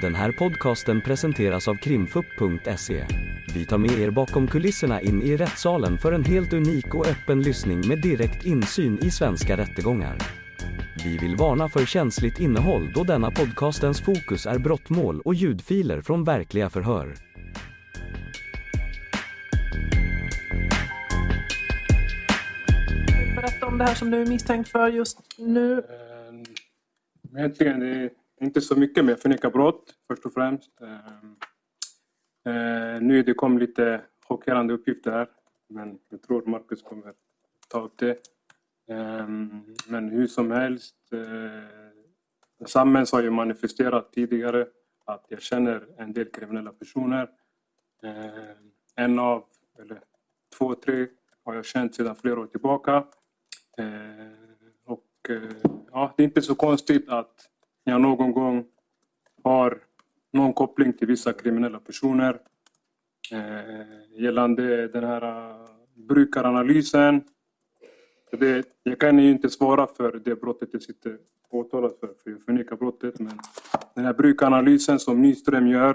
Den här podcasten presenteras av krimfupp.se. Vi tar med er bakom kulisserna in i rättssalen för en helt unik och öppen lyssning med direkt insyn i svenska rättegångar. Vi vill varna för känsligt innehåll då denna podcastens fokus är brottmål och ljudfiler från verkliga förhör. Berätta om det här som du är misstänkt för just nu. Egentligen det är inte så mycket med förneka brott först och främst. Nu det kom lite chockerande uppgifter här. Men jag tror Marcus kommer ta upp det. Men hur som helst. Sammens har ju manifesterat tidigare att jag känner en del kriminella personer. En av, eller 2, 3 har jag känt sedan flera år tillbaka. Ja, det är inte så konstigt att jag någon gång har någon koppling till vissa kriminella personer. Gällande den här brukaranalysen. Jag kan ju inte svara för det brottet jag sitter åtalad för jag förnekar brottet. Men den här brukaranalysen som Nyström gör,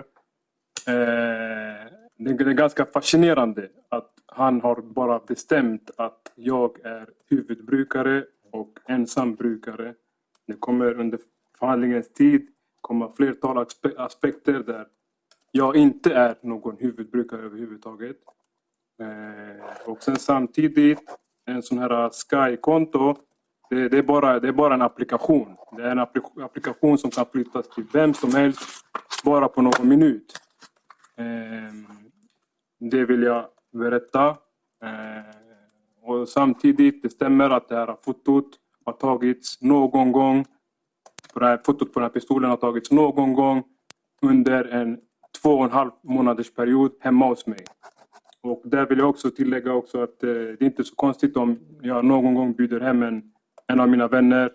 det är ganska fascinerande att han har bara bestämt att jag är huvudbrukare och ensambrukare. Det kommer under förhandlingens tid komma flertal aspekter där jag inte är någon huvudbrukare överhuvudtaget. Och sen samtidigt en sån här Sky-konto, det är bara en applikation. Det är en applikation som kan flyttas till vem som helst bara på någon minut. Det vill jag berätta. Och samtidigt, det stämmer att det här fotot har tagits någon gång. Fotot på den här pistolen har tagits någon gång under en 2,5 månaders period hemma hos mig. Och där vill jag också tillägga också att det är inte så konstigt om jag någon gång bjuder hem en av mina vänner.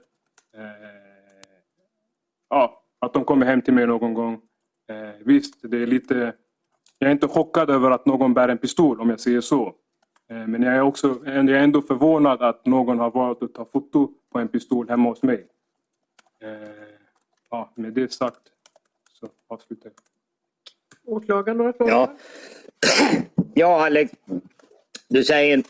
Att de kommer hem till mig någon gång. Visst, det är lite... Jag är inte chockad över att någon bär en pistol om jag säger så. Men jag är ändå förvånad att någon har valt att ta foto på en pistol hemma hos mig. Med det sagt så avslutar jag. Åklagaren, några frågor? Ja, Alex. Du säger...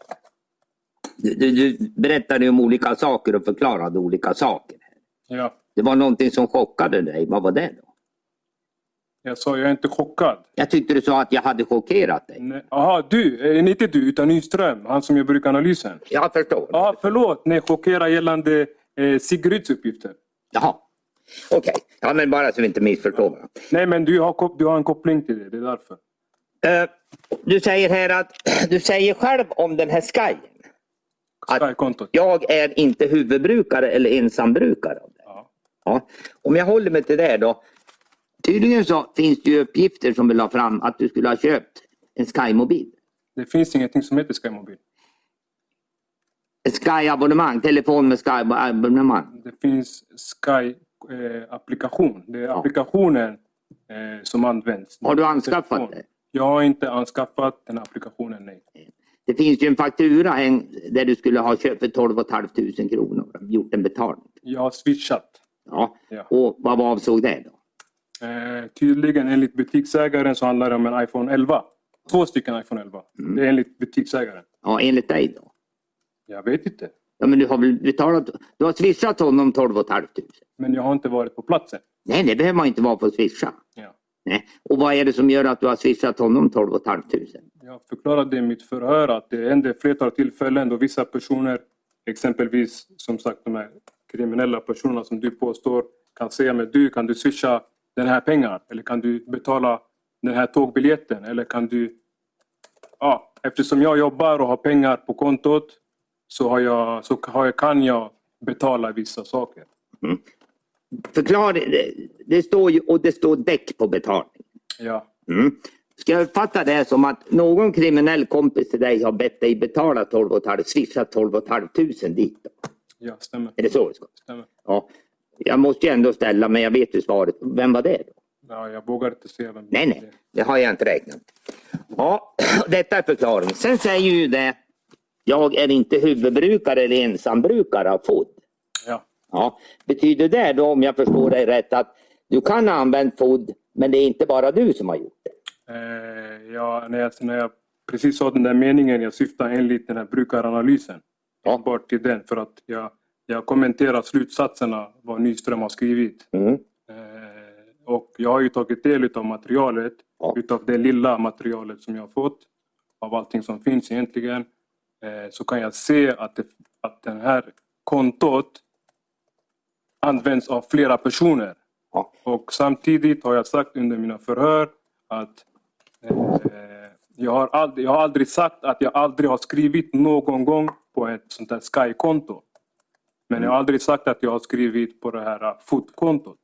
Du berättade om olika saker och förklarade olika saker. Ja. Det var någonting som chockade dig. Vad var det då? Jag sa jag är inte chockad. Jag tyckte du sa att jag hade chockerat dig. Jaha, inte du utan Nyström. Han som jag brukar analysen. Jag förstår. Ja, förlåt. Nej, chockera gällande Sigryds uppgifter. Jaha. Okej. Ja, men bara så vi inte missförstår varandra. Nej, men du har en koppling till det. Det är därför. Du säger här att du säger själv om den här Skyen. Sky-kontot. Jag är inte huvudbrukare eller ensambrukare av det. Ja. Om jag håller mig till det då. Tydligen så finns det ju uppgifter som vill ha fram att du skulle ha köpt en Sky-mobil. Det finns ingenting som heter Sky-mobil. Ett Sky-abonnemang, telefon med Sky-abonnemang. Det finns Sky-applikation. Det är applikationen som används. Har du anskaffat det? Jag har inte anskaffat den applikationen, nej. Det finns ju en faktura där du skulle ha köpt för 12 500 kronor. Gjort en betalning. Jag har switchat. Ja. Och vad avsåg det då? Tydligen enligt butiksägaren så handlar det om en iPhone 11. 2 stycken iPhone 11. Det är enligt butiksägaren. Ja, enligt dig då? Jag vet inte. Ja, men du har väl betalat... Du har swishat honom 12 500. Men jag har inte varit på platsen. Nej, det behöver man inte vara på att swisha. Ja. Nej. Och vad är det som gör att du har swishat honom 12 500? Jag förklarade i mitt förhör att det händer flertal tillfällen då vissa personer, exempelvis som sagt de här kriminella personerna som du påstår, kan säga med kan du swisha den här pengar? Eller kan du betala den här tågbiljetten? Eller kan du... eftersom jag jobbar och har pengar på kontot kan jag betala vissa saker. Mm. Förklara det. Det står däck på betalning. Ja. Mm. Ska jag uppfatta det som att någon kriminell kompis till dig har bett dig betala 12 500 dit då? Ja, stämmer. Är det så det ska? Stämmer. Ja. Jag måste ju ändå ställa, men jag vet ju svaret. Vem var det då? Ja, jag vågar inte säga vem Nej, det har jag inte räknat. Ja, detta är förklaringen. Sen säger ju det, jag är inte huvudbrukare eller ensambrukare av FOD. Ja. Ja. Betyder det då, om jag förstår dig rätt, att Du kan ha använt FOD, men det är inte bara du som har gjort det. Ja, när jag precis sa den där meningen, jag syftar enligt den här brukaranalysen. Ja. Bara till den, för att jag kommenterar slutsatserna vad Nyström har skrivit. Och jag har ju tagit del av materialet, utav det lilla materialet som jag har fått, av allting som finns egentligen. Så kan jag se att den här kontot används av flera personer. Ja. Och samtidigt har jag sagt under mina förhör att jag har aldrig sagt att jag aldrig har skrivit någon gång på ett sånt här Sky-konto. Men jag har aldrig sagt att jag har skrivit på det här fotkontot.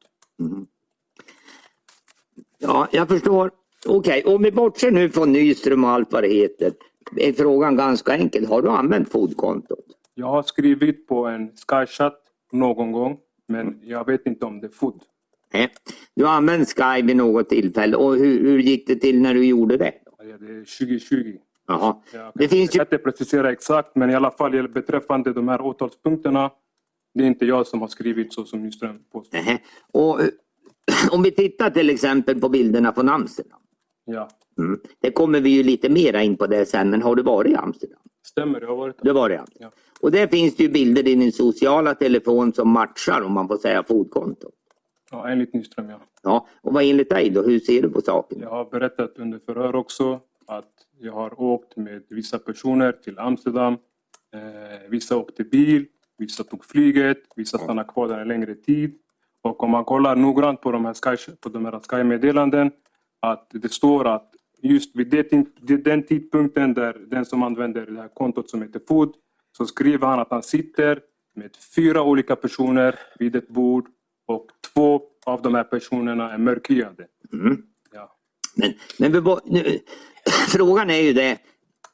Ja, jag förstår. Okej, om vi bortser nu från Nyström och allt vad det heter, är frågan ganska enkel. Har du använt fotkontot? Jag har skrivit på en Sky-chatt någon gång, men jag vet inte om det är fot. Nej. Du har använt Sky vid något tillfälle. Och hur gick det till när du gjorde det? Ja, det är 2020. Jaha. Jag kan inte precisera exakt, men i alla fall beträffande de här åtalspunkterna, det är inte jag som har skrivit så som Nyström påstår. Och om vi tittar till exempel på bilderna från Amsterdam. Ja. Det kommer vi ju lite mera in på det sen, men har du varit i Amsterdam? Stämmer, jag har varit där. Du har varit i Amsterdam. Ja. Och där finns det ju bilder i din sociala telefon som matchar, om man får säga, fotkontot. Ja, enligt Nyström, ja. Ja, och vad enligt dig då? Hur ser du på saken? Jag har berättat under förhör också att jag har åkt med vissa personer till Amsterdam. Vissa åkte bil, vissa tog flyget, vissa stannade kvar där en längre tid. Och om man kollar noggrant på de här Sky-meddelanden, att det står att just vid den tidpunkten där den som använder det här kontot som heter FOD, så skriver han att han sitter med 4 olika personer vid ett bord och 2 av de här personerna är mörkhyade. Ja. Men frågan är ju det.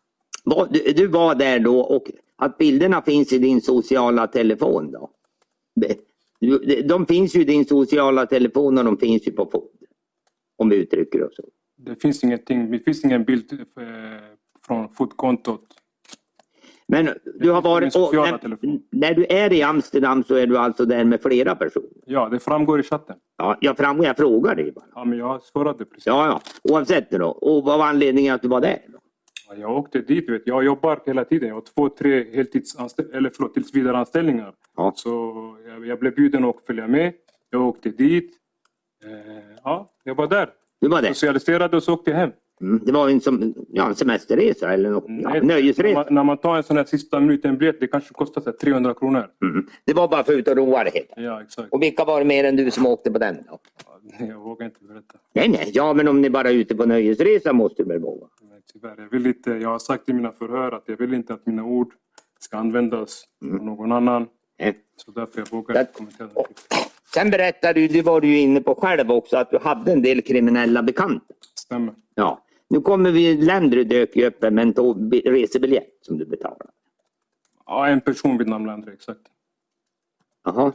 Du var där då och att bilderna finns i din sociala telefon då. De finns ju i din sociala telefon och de finns ju på FOD. Om vi uttrycker det så. Det finns ingen bild från fotkontot. Men du har varit när du är i Amsterdam så är du alltså där med flera personer? Ja, det framgår i chatten. Ja, jag frågar dig bara. Ja, men jag svarade precis. Ja, oavsett det då. Och vad var anledningen att du var där då? Ja, jag åkte dit, vet. Jag jobbar hela tiden. Jag har 2-3 tillsvidareanställningar. Ja. Så jag blev bjuden att följa med. Jag åkte dit. Jag var där. Du var där? Socialiserade och så åkte jag hem. Det var en semesterresa eller något? Nej, nöjesresa? När man tar en sån här sista minuten biljett, det kanske kostar 300 kronor. Det var bara för ut och roa det hela? Ja, exakt. Och vilka var det mer än du som åkte på den då? Jag vågar inte berätta. Nej, ja, men om ni bara är ute på nöjesresa måste du väl våga? Nej, tyvärr. Jag har sagt i mina förhör att jag vill inte att mina ord ska användas av någon annan. Så därför jag vågar inte kommentera det. Sen berättade du var ju inne på själv också, att du hade en del kriminella bekanta. Stämmer. Ja. Nu kommer vi länder dök ju upp med en resebiljett som du betalar. Ja, en person vid namn Landry, exakt. Jaha,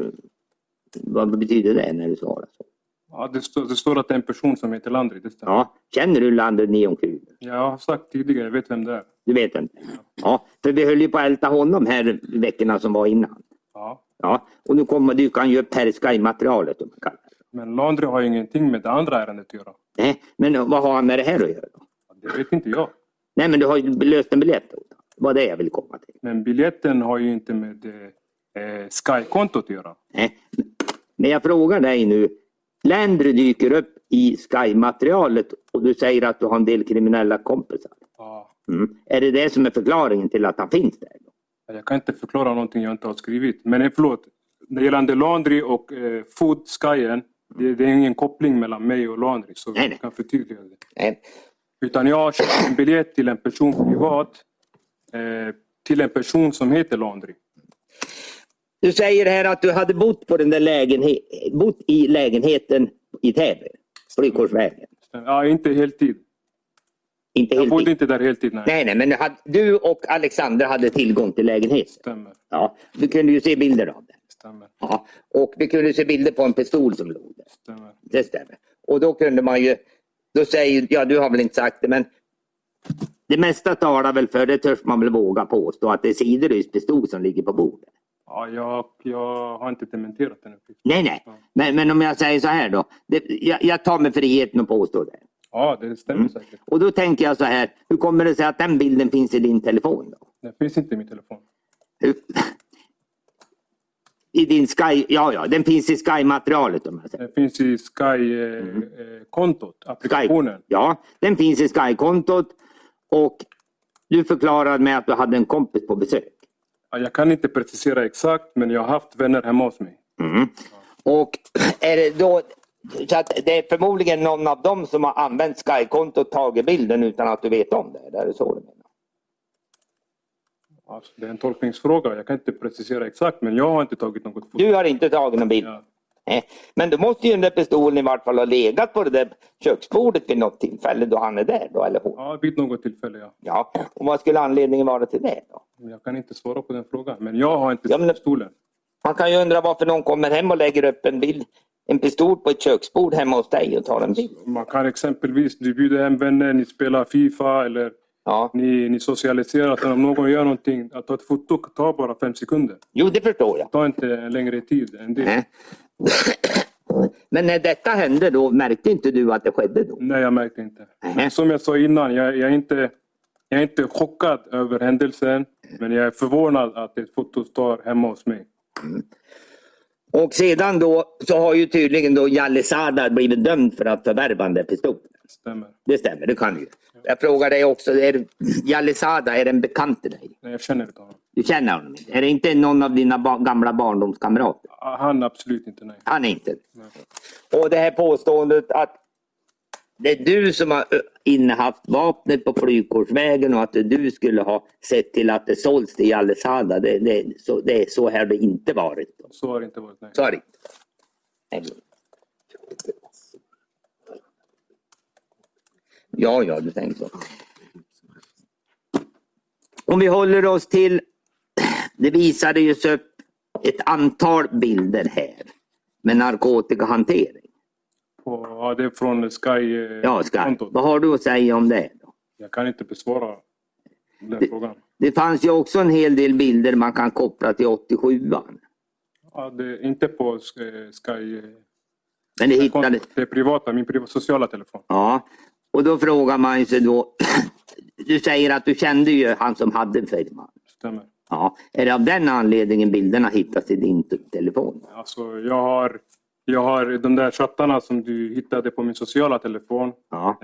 vad betyder det när du svarar så? Ja, det står att det är en person som heter Landry, det stämmer. Ja, känner du Landry Neonkulor? Jag har sagt tidigare, jag vet vem det är. Du vet inte? Ja, för vi höll ju på att älta honom här veckorna som var innan. Ja, och nu kommer du kan ju upp här i Sky-materialet om man kallar det. Men Landry har ju ingenting med det andra ärendet att göra. Nej, men vad har han med det här att göra då? Det vet inte jag. Nej, men du har ju löst en biljett då. Vad det jag vill komma till. Men biljetten har ju inte med Sky-kontot att göra. Nej, men jag frågar dig nu. Landry dyker upp i Sky-materialet och du säger att du har en del kriminella kompisar. Ja. Är det det som är förklaringen till att han finns där då? Jag kan inte förklara någonting jag inte har skrivit. Men förlåt, det gällande Landry och Food Skyen, det är ingen koppling mellan mig och Landry. Så jag kan förtydliga det. Nej. Utan jag har köpt en biljett till en person privat. Till en person som heter Landry. Du säger här att du hade bott på den där bott i lägenheten i Täby. Flyggårdsvägen. Ja, inte heltid. Jag bodde inte där heltid. Nej, men du och Alexander hade tillgång till lägenheten. Stämmer. Ja, du kunde ju se bilder av det. Stämmer. Ja, och vi kunde se bilder på en pistol som låg där. Stämmer. Det stämmer. Och då kunde man ju, då säger, ja du har väl inte sagt det, men det mesta talar väl för, det törs man väl våga påstå, att det är Siderys pistol som ligger på bordet. Ja, jag har inte dementerat den uppgiften. Nej. Ja. Men om jag säger så här då. Jag tar mig friheten att påstå det. Ja, det stämmer säkert. Och då tänker jag så här. Hur kommer det sig att den bilden finns i din telefon då? Den finns inte i min telefon. I din Sky, ja, den finns i Sky-materialet om jag säger. Den finns i Sky-kontot, applikationen. Ja, den finns i Sky-kontot och du förklarade mig att du hade en kompis på besök. Ja, jag kan inte precisera exakt, men jag har haft vänner hemma hos mig. Och är det då så att det är förmodligen någon av dem som har använt Sky-kontot och tagit bilden utan att du vet om det? Det är så du menar? Alltså, det är en tolkningsfråga. Jag kan inte precisera exakt, men jag har inte tagit något foto. Du har inte tagit någon bild? Ja. Nej. Men då måste ju den där pistolen i vart fall ha legat på det där köksbordet vid något tillfälle då han är där då, eller hon? Ja, vid något tillfälle, ja. Ja, och vad skulle anledningen vara till det då? Jag kan inte svara på den frågan, men jag har inte sett pistolen. Man kan ju undra varför någon kommer hem och lägger upp en pistol på ett köksbord hemma hos dig och tar en bild. Man kan exempelvis, du bjuder hem vänner, ni spelar FIFA eller ni socialiserar. Att om någon gör någonting, att ta ett foto tar bara 5 sekunder. Jo, det förstår jag. Det tar inte en längre tid än det. Nej. Men när detta hände då, märkte inte du att det skedde då? Nej, jag märkte inte. Men som jag sa innan, jag är inte chockad över händelsen. Men jag är förvånad att ett foto står hemma hos mig. Och sedan då så har ju tydligen då Jalle Sadar blivit dömd för att förvärva den pistol. Stämmer. Det stämmer, det kan ju. Jag frågar dig också, Jalle Sadar, är den bekant till dig? Nej, jag känner inte honom. Du känner honom inte? Är det inte någon av dina gamla barndomskamrater? Han absolut inte, nej. Han är inte. Nej. Och det här påståendet att det är du som har innehaft vapnet på Flygkorsvägen och att du skulle ha sett till att det sålts till Jalle Sadar. Det är så här det inte varit. Så har det inte varit, nej. Så har det inte. Ja, du tänker så. Om vi håller oss till, det visade ju sig upp ett antal bilder här med narkotikahantering. Ja, det är från Sky. Ja, Sky. Vad har du att säga om det då? Jag kan inte besvara den frågan. Det fanns ju också en hel del bilder man kan koppla till 87an. Ja, det är inte på Sky. Men det hittade... Det är privata, min sociala telefon. Ja, och då frågar man sig då... Du säger att du kände ju han som hade firman. Stämmer. Ja, är det av den anledningen bilderna hittas i din telefon? Alltså, jag har de där chattarna som du hittade på min sociala telefon. Ja.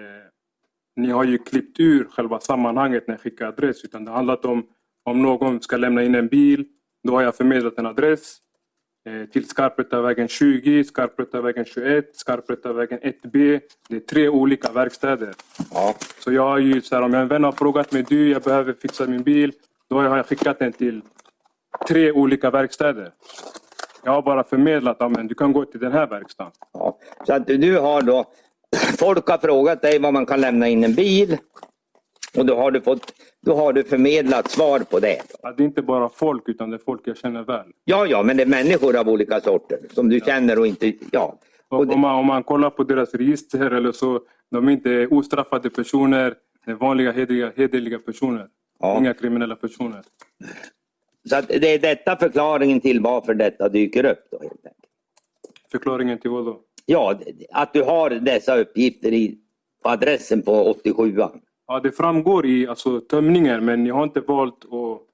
Ni har ju klippt ur själva sammanhanget när jag skickar adress. Utan det handlar om någon ska lämna in en bil. Då har jag förmedlat en adress till Skarprättavägen 20, Skarprättavägen 21, Skarprättavägen 1B. Det är 3 olika verkstäder. Ja. Så jag har ju så här, om en vän har frågat mig, jag behöver fixa min bil. Då har jag skickat den till 3 olika verkstäder. Jag har bara förmedlat att du kan gå till den här verkstaden. Ja. Så att du har då, folk har frågat dig var man kan lämna in en bil. Och då har du förmedlat svar på det. Ja, det är inte bara folk utan det är folk jag känner väl. Ja, men det är människor av olika sorter som du känner och inte... Ja. Och om man kollar på deras register eller så, de är inte ostraffade personer, det är vanliga hederliga personer. Ja. Inga kriminella personer. Så att det är detta förklaringen till varför detta dyker upp då helt enkelt. Förklaringen till vad då? Ja, att du har dessa uppgifter på adressen på 87an. Ja, det framgår i tömningen, men jag har inte valt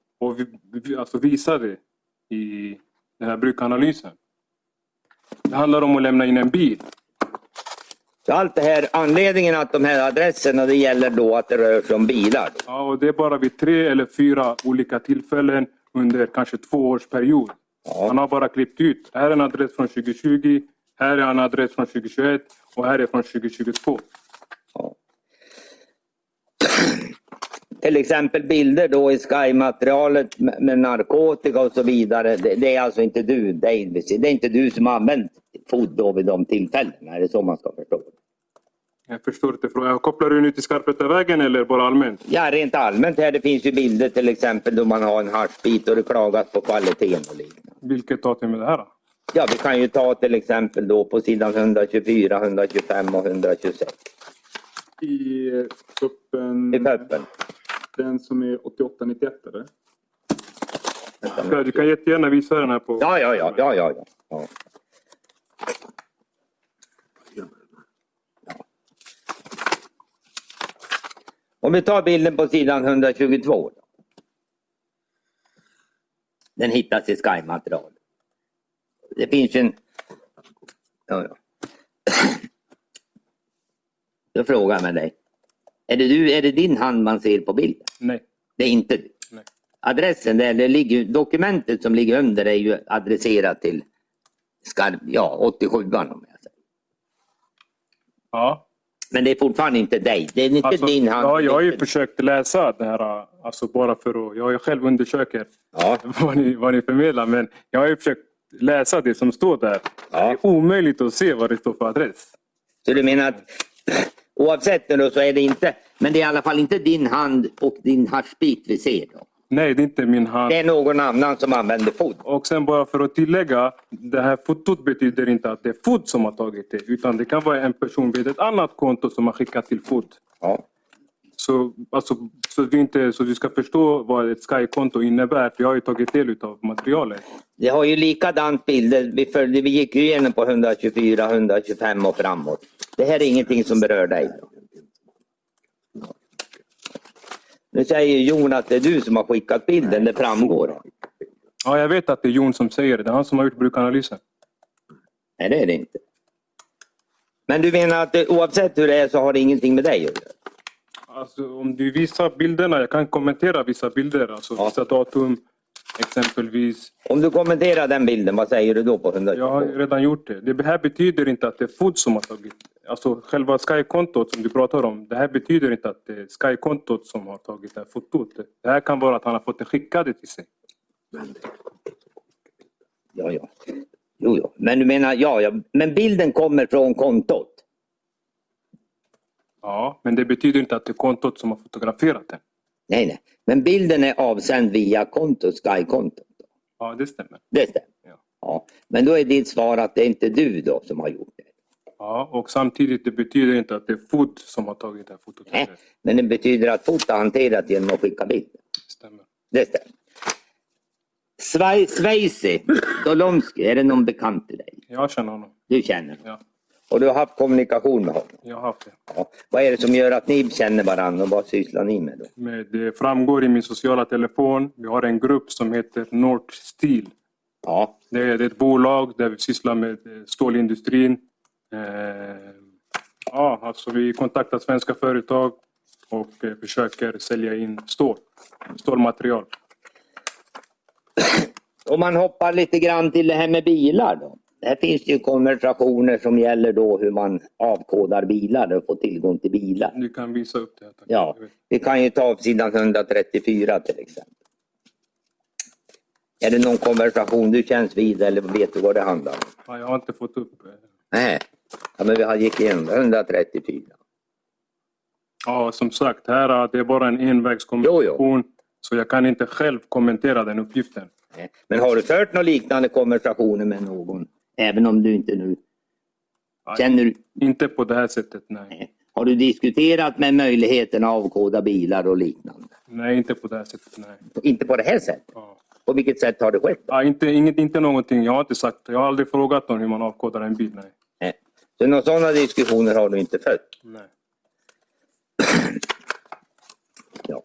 att visa det i den här brukanalysen. Det handlar om att lämna in en bil. Så allt det här, anledningen att de här adresserna, det gäller då att det rör sig om bilar? Ja, och det är bara vid 3 eller 4 olika tillfällen under kanske 2 års period. Ja. Man har bara klippt ut. Här är en adress från 2020, här är en adress från 2021 och här är från 2022. Ja. Till exempel bilder då i Sky-materialet med narkotika och så vidare. Det är alltså inte du, det är inte du som har använt foto vid de tillfällena. Är det så man ska förstå? Jag förstår inte frågan. Kopplar du nu till Skarprättavägen eller bara allmänt? Ja, rent allmänt här. Det finns ju bilder till exempel då man har en haschbit och det klagas på kvaliteten och liknande. Vilket datum med det här då? Ja, vi kan ju ta till exempel då på sidan 124, 125 och 126. I tuppen. I tuppen. Den som är 88-91 eller? Du kan jättegärna visa den här på... Ja. Om vi tar bilden på sidan 122. Då. Den hittas i Sky-material. Det finns en... Ja. Då frågar jag med dig. Är det din hand man ser på bilden? Nej. Det är inte du? Nej. Adressen där det ligger, dokumentet som ligger under är ju adresserat till 87an om jag säger. Ja. Men det är fortfarande inte dig. Det är inte din hand. Ja, jag har ju försökt läsa det här. Alltså bara för att... Jag har ju själv undersöker vad ni förmedlar. Men jag har ju försökt läsa det som står där. Ja. Det är omöjligt att se vad det står för adress. Så du menar att oavsett då så är det inte... Men det är i alla fall inte din hand och din haschbit vi ser då? Nej, det är inte min hand. Det är någon annan som använder fot. Och sen bara för att tillägga, det här fotot betyder inte att det är fot som har tagit det. Utan det kan vara en person vid ett annat konto som har skickat till fot. Ja. Så du ska förstå vad ett Sky-konto innebär. För jag har ju tagit del av materialet. Det har ju likadant bilder. Vi gick ju igenom på 124, 125 och framåt. Det här är ingenting som berör dig. Nu säger Jon att det är du som har skickat bilden, det framgår. Ja, jag vet att det är Jon som säger det. Det är han som har gjort brukanalysen. Nej, det är det inte. Men du menar att oavsett hur det är så har det ingenting med dig att göra? Alltså, om du visar bilderna, jag kan kommentera vissa bilder. Alltså vissa datum, exempelvis. Om du kommenterar den bilden, vad säger du då på 122? Jag har redan gjort det. Det här betyder inte att det är fot som har tagit. Alltså själva Sky-kontot som du pratar om. Det här betyder inte att det är Sky-kontot som har tagit det här fotot. Det här kan vara att han har fått det skickade till sig. Ja. Jo. Men du menar, men bilden kommer från kontot? Ja, men det betyder inte att det är kontot som har fotograferat den. Nej. Men bilden är avsänd via Sky-kontot? Ja, det stämmer. Det stämmer? Ja. Men då är ditt svar att det är inte du då som har gjort det? Ja, och samtidigt det betyder inte att det är fot som har tagit det här fotot. Nej, men det betyder att fot har hanterat genom att skicka bilden? Stämmer. Det stämmer. Svejsi Dolomski, är det någon bekant till dig? Jag känner honom. Du känner honom? Ja. Och du har haft kommunikation med honom? Jag har haft det. Ja. Vad är det som gör att ni känner varandra och vad sysslar ni med då? Men det framgår i min sociala telefon. Vi har en grupp som heter North Steel. Ja. Det är ett bolag där vi sysslar med stålindustrin. Alltså vi kontaktar svenska företag och försöker sälja in stålmaterial. Om man hoppar lite grann till det här med bilar då. Här finns det ju konversationer som gäller då hur man avkodar bilar och får tillgång till bilar. Du kan visa upp det här. Tack. Ja, vi kan ju ta av sidan 134 till exempel. Är det någon konversation du känns vid eller vet du vad det handlar om? Ja, jag har inte fått upp. Nej, men vi gick igenom 134. Ja, som sagt, här det är bara en envägskommunikation. Så jag kan inte själv kommentera den uppgiften. Nej. Men har du fört några liknande konversationer med någon? Även om du inte nu känner du... Inte på det här sättet, nej. Nej. Har du diskuterat med möjligheten att avkoda bilar och liknande? Nej, inte på det här sättet, nej. Inte på det här sättet? Ja. På vilket sätt har det skett? Ja, inte någonting. Jag har inte sagt. Jag har aldrig frågat någon hur man avkodar en bil, nej. Nej. Så några sådana diskussioner har du inte fött? Nej. Ja.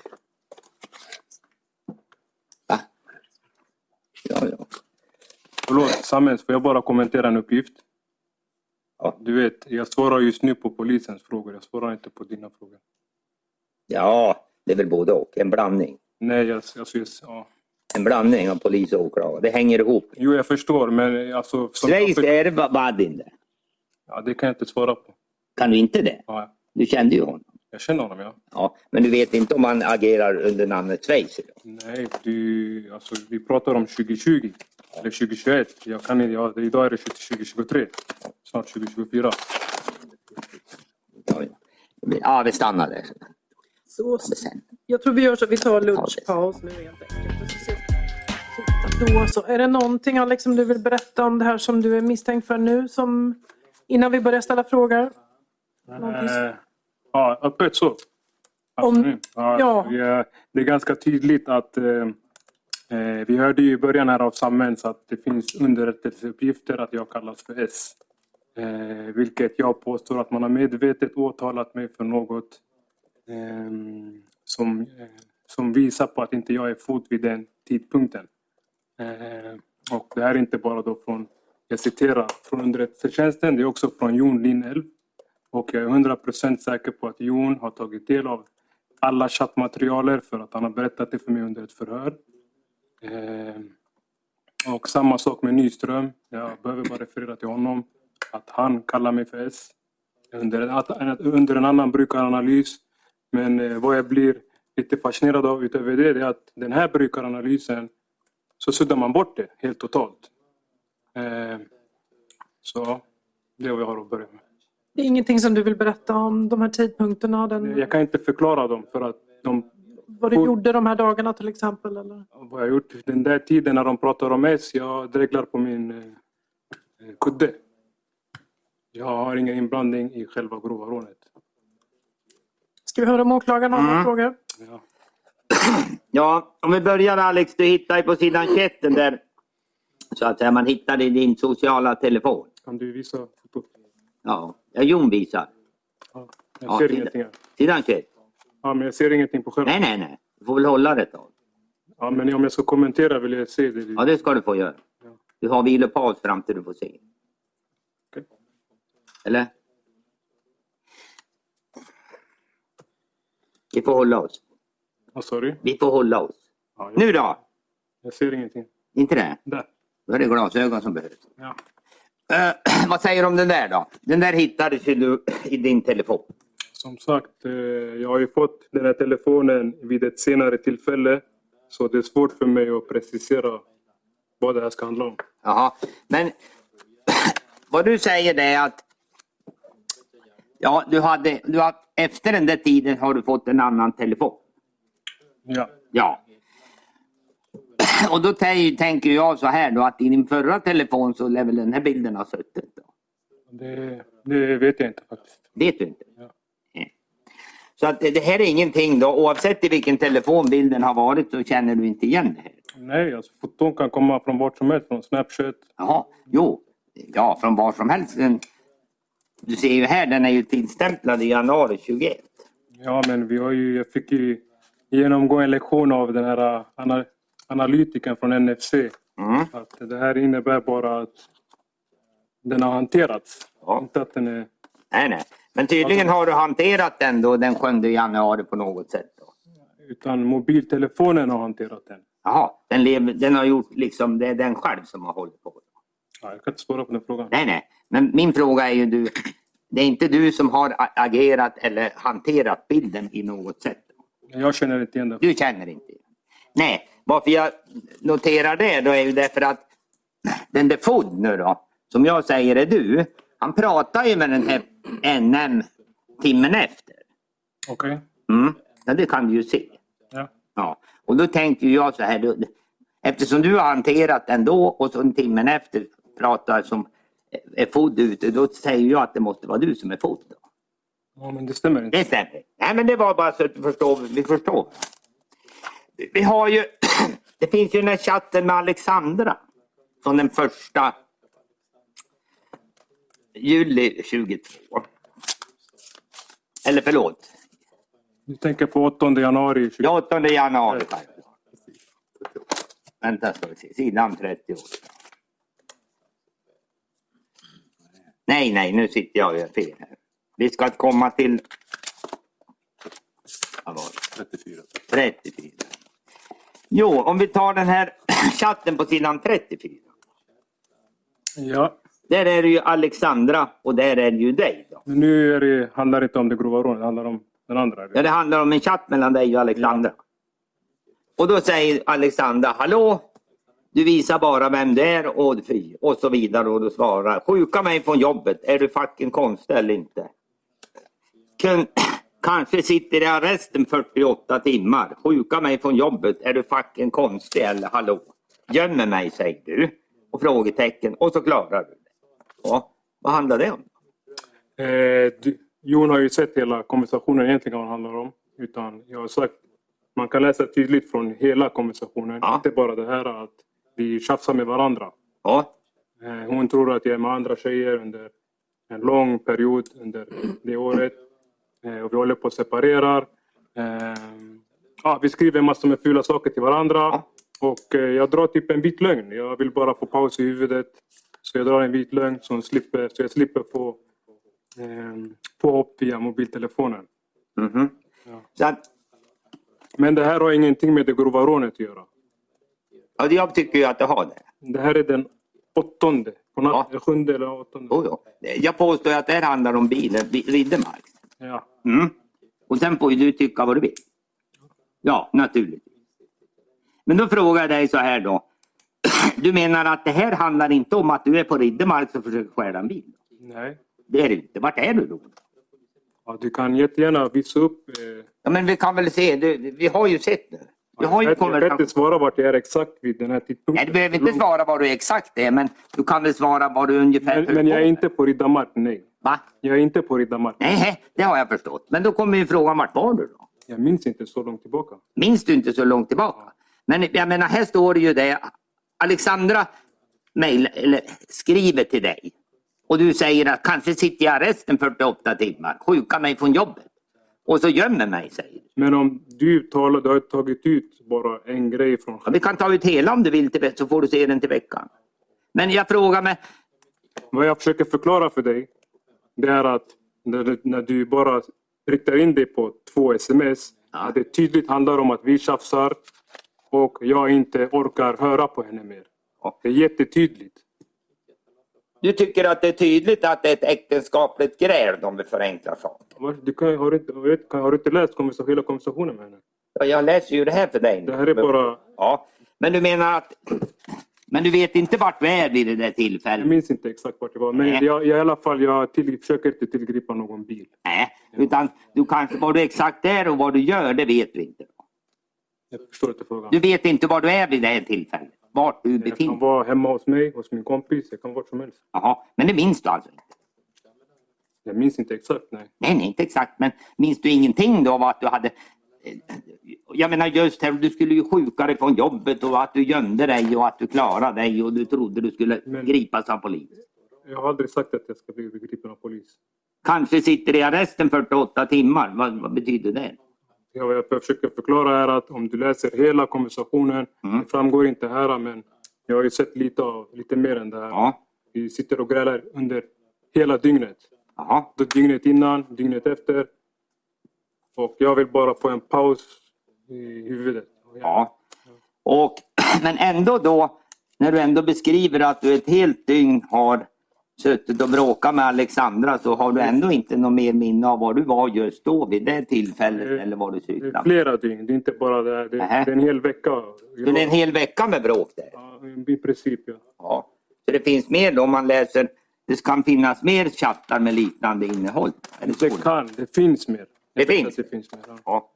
Va? Ja. Förlåt, Samens, får jag bara kommentera en uppgift? Ja. Du vet, jag svarar just nu på polisens frågor. Jag svarar inte på dina frågor. Ja, det är väl både och. En blandning. Nej, ja. En blandning av polis och åklagare. Det hänger ihop. Jo, jag förstår, men alltså... Schweiz, är det Vadin där? Ja, det kan jag inte svara på. Kan du inte det? Ja. Du kände ju honom. Jag känner honom, ja. Ja, men du vet inte om han agerar under namnet Schweiz idag? Nej, vi pratar om 2020. Eller 2021. Idag är det 2023. Snart 2024. Ja, vi stannar där. Så, jag tror vi gör så. Vi tar lunchpaus nu helt enkelt. Så är det någonting, Alex, som du vill berätta om det här som du är misstänkt för nu? Innan vi börjar ställa frågor? Ja, öppet så. Det är ganska tydligt att Vi hörde ju i början här av Sammens att det finns underrättelseuppgifter att jag kallas för S. Vilket jag påstår att man har medvetet åtalat mig för något som visar på att inte jag är fot vid den tidpunkten. Och det här är inte bara då från, jag citerar, från underrättelsetjänsten, det är också från Jon Linnelv. Och jag är 100% säker på att Jon har tagit del av alla chattmaterialer för att han har berättat det för mig under ett förhör. Och samma sak med Nyström. Jag behöver bara referera till honom. Att han kallar mig för S. Under en annan brukaranalys. Men vad jag blir lite fascinerad av utöver det är att den här brukaranalysen så suddar man bort det helt totalt. Så det är vad jag har att börja med. Det är ingenting som du vill berätta om de här tidpunkterna? Jag kan inte förklara dem för att vad du gjorde de här dagarna till exempel? Eller? Vad jag gjort den där tiden när de pratar om S, jag dreglar på min kudde. Jag har ingen inblandning i själva grova rånet. Ska vi höra om åklagarna om frågor? Ja. Ja, om vi börjar Alex, du hittar ju på sidan 21 där så att säga, man hittar i din sociala telefon. Kan du visa fotot? Ja, Jon visar. Ja, jag ser ingenting här. Sidan 21. Ja, men jag ser ingenting på skärmen. Nej. Du får väl hålla det ett tag. Ja, men om jag ska kommentera vill jag se det. Ja, det ska du få göra. Ja. Du har vilopaus fram till du får se. Okej. Eller? Vi får hålla oss. Vad sa du? Vi får hålla oss. Ja, Nu då? Jag ser ingenting. Inte det? Där. Då är det glasögon som behövs. Ja. Vad säger du om den där då? Den där hittades ju du i din telefon. Som sagt, jag har ju fått den här telefonen vid ett senare tillfälle. Så det är svårt för mig att precisera vad det här ska handla om. Jaha, men vad du säger det är att ja, efter den där tiden har du fått en annan telefon. Ja. Ja. Och då tänker jag så här då att i din förra telefon så lär väl den här bilden ha suttit då? Det vet jag inte faktiskt. Vet du inte? Ja. Så att det här är ingenting då, oavsett i vilken telefon bilden har varit så känner du inte igen det här? Nej, alltså foton kan komma från vart som helst, från Snapchat. Jaha, jo. Ja, från var som helst. Du ser ju här, den är ju tidstämplad i januari 21. Ja, men jag fick ju genomgå en lektion av den här analytikern från NFC. Att det här innebär bara att den har hanterats. Ja. Inte att den är... Nej. Men tydligen har du hanterat den då den 7 januari på något sätt då. Utan mobiltelefonen har hanterat den. Jaha, den har gjort liksom, det är den själv som har hållit på. Ja, jag kan inte svara på den frågan. Nej. Men min fråga är ju det är inte du som har agerat eller hanterat bilden i något sätt. Jag känner inte igen det. Du känner inte. Nej, varför jag noterar det då är ju därför att den där Food nu då, som jag säger är du, han pratar ju med den här NM timmen efter. Okej. Ja, det kan du ju se. Ja. Och då tänkte jag så här, då, eftersom du har hanterat den då och så en timmen efter pratar som är Food ute, då säger jag att det måste vara du som är Food då. Ja, men det stämmer inte. Det stämmer. Nej, men det var bara så att vi förstår. Vi har ju, det finns ju den här chatten med Alexandra från den 1 juli 22. Eller förlåt. Du tänker på 8 januari 20. 8 januari. Vänta ska vi se, sidan 30 år. Nej, nu sitter jag och gör fel här. Vi ska komma till 34. Jo, om vi tar den här chatten på sidan 34. Ja. Där är det ju Alexandra och där är det ju dig då. Men nu handlar det inte om det grova rånet, det handlar om den andra. Ja, det handlar om en chatt mellan dig och Alexandra. Ja. Och då säger Alexandra, hallå? Du visar bara vem det är och så vidare och du svarar, sjuka mig från jobbet, är du fucking konstig eller inte? Kanske sitter i arresten 48 timmar, sjuka mig från jobbet, är du fucking konstig eller hallå? Gömmer mig säger du och frågetecken och så klarar du det. Ja, vad handlar det om? Jon har ju sett hela konversationen egentligen vad det handlar om. Utan jag har sagt Man kan läsa tydligt från hela konversationen. Ja. Inte bara det här att vi tjafsar med varandra. Ja. Hon tror att jag är med andra tjejer under en lång period under det året. Och vi håller på att separera. Vi skriver massor med fula saker till varandra. Ja. Och jag drar typ en vit lögn. Jag vill bara få paus i huvudet. Så jag drar en vit lögn så jag slipper få påhopp via mobiltelefonen. Mhm. Ja. Så att, Men det här har ingenting med det grova rånet att göra. ja, jag tycker ju att det har det. Det här är den 8:e. På natten, 7:e eller 8:e. Jo. Jag påstår att det här handlar om bilen, Riddermark. Ja. Mm. Och sen får ju du tycka vad du vill. Ja, naturligtvis. Men då frågar jag dig så här då. Du menar att det här handlar inte om att du är på Riddermark och försöker stjäla en bil? Nej. Det är det inte. Vart är du då? Ja, du kan jättegärna visa upp. Ja, men vi kan väl se. Vi har ju sett nu. Vi har ju Jag kan inte svara vart jag är exakt vid den här tidpunkten. Nej, du behöver inte svara vad du exakt är, men du kan väl svara vad du ungefär... Men jag är inte på Riddermark, nej. Va? Jag är inte på Riddermark. Nej, det har jag förstått. Men då kommer ju frågan, vart var du då? Jag minns inte så långt tillbaka. Minns du inte så långt tillbaka? Men jag menar, här står det ju det. Alexandra skriver till dig. Och du säger att kanske sitter jag i arresten 48 timmar. Sjuka mig från jobbet. Och så gömmer mig, säger du. Men om du har tagit ut bara en grej från... Ja, vi kan ta ut hela om du vill till så får du se den till veckan. Men jag frågar mig... Vad jag försöker förklara för dig, det är att när du bara riktar in dig på 2 sms, att det tydligt handlar om att vi tjafsar och jag inte orkar höra på henne mer. Det är jättetydligt. Du tycker att det är tydligt att det är ett äktenskapligt gräl om vi förenklar saker? Har du inte läst hela konversationen med henne? Ja, jag läser ju det här för dig. Det här är bara... Ja, men du menar att... Men du vet inte vart du är vid det där tillfället? Jag minns inte exakt vart det var. Men jag, i alla fall, försöker inte tillgripa någon bil. Nej, utan du kanske vad du exakt är och vad du gör, det vet du inte. Jag förstår inte frågan. Du vet inte var du är vid det här tillfället? Vart du Jag befinner kan vara hemma hos mig, hos min kompis. Jag kan vara vart som helst. Jaha, men det minns du alltså inte? Jag minns inte exakt, nej. Nej, inte exakt. Men minns du ingenting då av att du hade... Jag menar just här, du skulle ju sjuka dig från jobbet och att du gömde dig och att du klarade dig och du trodde du skulle gripas av polis. Jag har aldrig sagt att jag ska bli gripen av polis. Kanske sitter i arresten 48 timmar. Vad betyder det? Jag försöker förklara här att om du läser hela konversationen, det framgår inte här, men jag har ju sett lite mer än det här. Ja. Vi sitter och grälar under hela dygnet. Jaha. Dygnet innan, dygnet efter. Och jag vill bara få en paus i huvudet. Ja. Och, men ändå då, när du ändå beskriver att du ett helt dygn har suttit och bråkat med Alexandra, så har du ändå inte någon mer minne av vad du var just då vid det tillfället eller vad du cyklade. Det är flera dygn, det är inte bara det här. Det är en hel vecka. Det är en hel vecka med bråk där? Ja, i princip, ja. Ja. Så det finns mer då, om man läser, det kan finnas mer chattar med liknande innehåll? Det finns mer. Det finns? Det finns mer, ja. Ja.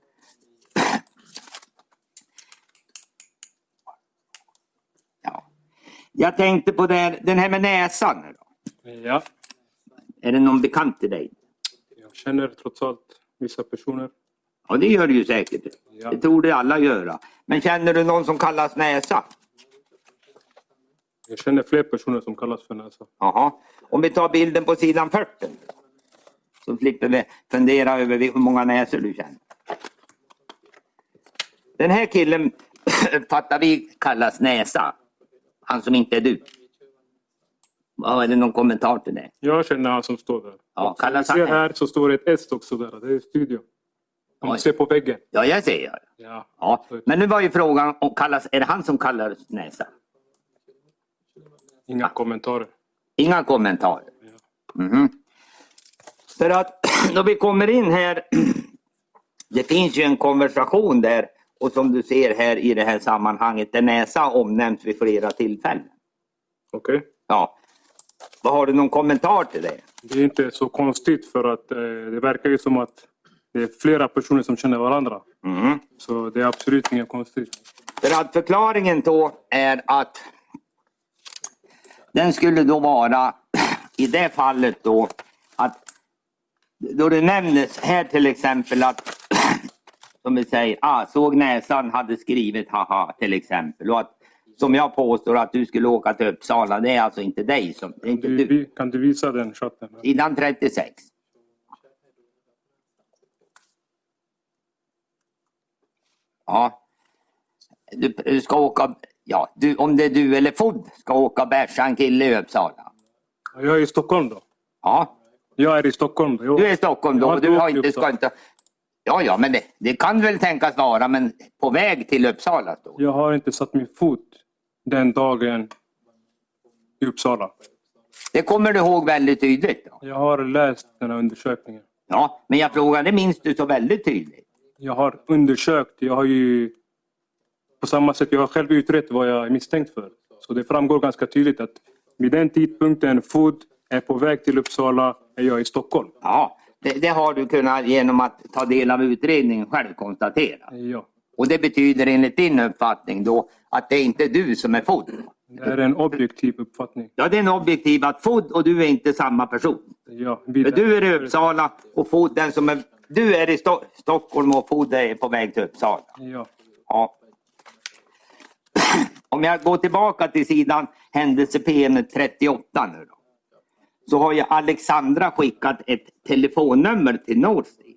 Ja. Jag tänkte på den här med näsan. Ja. Är det någon bekant till dig? Jag känner trots allt vissa personer. Ja, det gör du ju säkert. Ja. Det tror det alla göra. Men känner du någon som kallas näsa? Jag känner fler personer som kallas för näsa. Jaha. Om vi tar bilden på sidan 40. Så slipper vi fundera över hur många näsor du känner. Den här killen fattar vi kallas näsa. Han som inte är du. Ja, är det någon kommentar till det? Jag känner han som står där. Ja, Som du ser här så står det ett S också där. Det är studion. Om du ser på väggen. Ja, jag ser. Ja. Ja. Men nu var ju frågan om är det han som kallar näsa? Inga kommentarer. Inga kommentarer. Mhm. För att då vi kommer in här, det finns ju en konversation där, och som du ser här i det här sammanhanget, där näsa omnämns vid flera tillfällen. Okej. Ja. Vad har du någon kommentar till det? Det är inte så konstigt, för att det verkar ju som att det är flera personer som känner varandra. Mm. Så det är absolut inget konstigt. För att förklaringen då är att den skulle då vara i det fallet då att då det nämndes här till exempel att som vi säger, såg näsan, hade skrivit haha till exempel. Och att, som jag påstår att du skulle åka till Uppsala, det är alltså inte dig. Det är inte du. Kan du visa den chatten? Sidan 36. Ja. Du ska åka, om det är du eller Fod ska åka bärsa en kille i Uppsala. Jag är i Stockholm då. Ja. Jag är i Stockholm då. Du är i Stockholm då och du har inte, ska inte... Ja, men det kan väl tänkas vara, men på väg till Uppsala då? Jag har inte satt min fot den dagen i Uppsala. Det kommer du ihåg väldigt tydligt då? Jag har läst den här undersökningen. Ja, men jag frågar, det minns du så väldigt tydligt? Jag har undersökt, jag har ju på samma sätt, jag har själv utrett vad jag är misstänkt för. Så det framgår ganska tydligt att vid den tidpunkten Fod är på väg till Uppsala är jag i Stockholm. Ja, det har du kunnat genom att ta del av utredningen själv konstatera. Ja. Och det betyder enligt din uppfattning då att det är inte du som är Fod? Det är en objektiv uppfattning. Ja, det är en objektiv att Fod och du är inte samma person. Ja, Men du är i Uppsala och Fod, den som är... Du är i Stockholm och Fod är på väg till Uppsala. Ja. Ja. Om jag går tillbaka till sidan händelse PM 38 nu då. Så har ju Alexandra skickat ett telefonnummer till Northstream.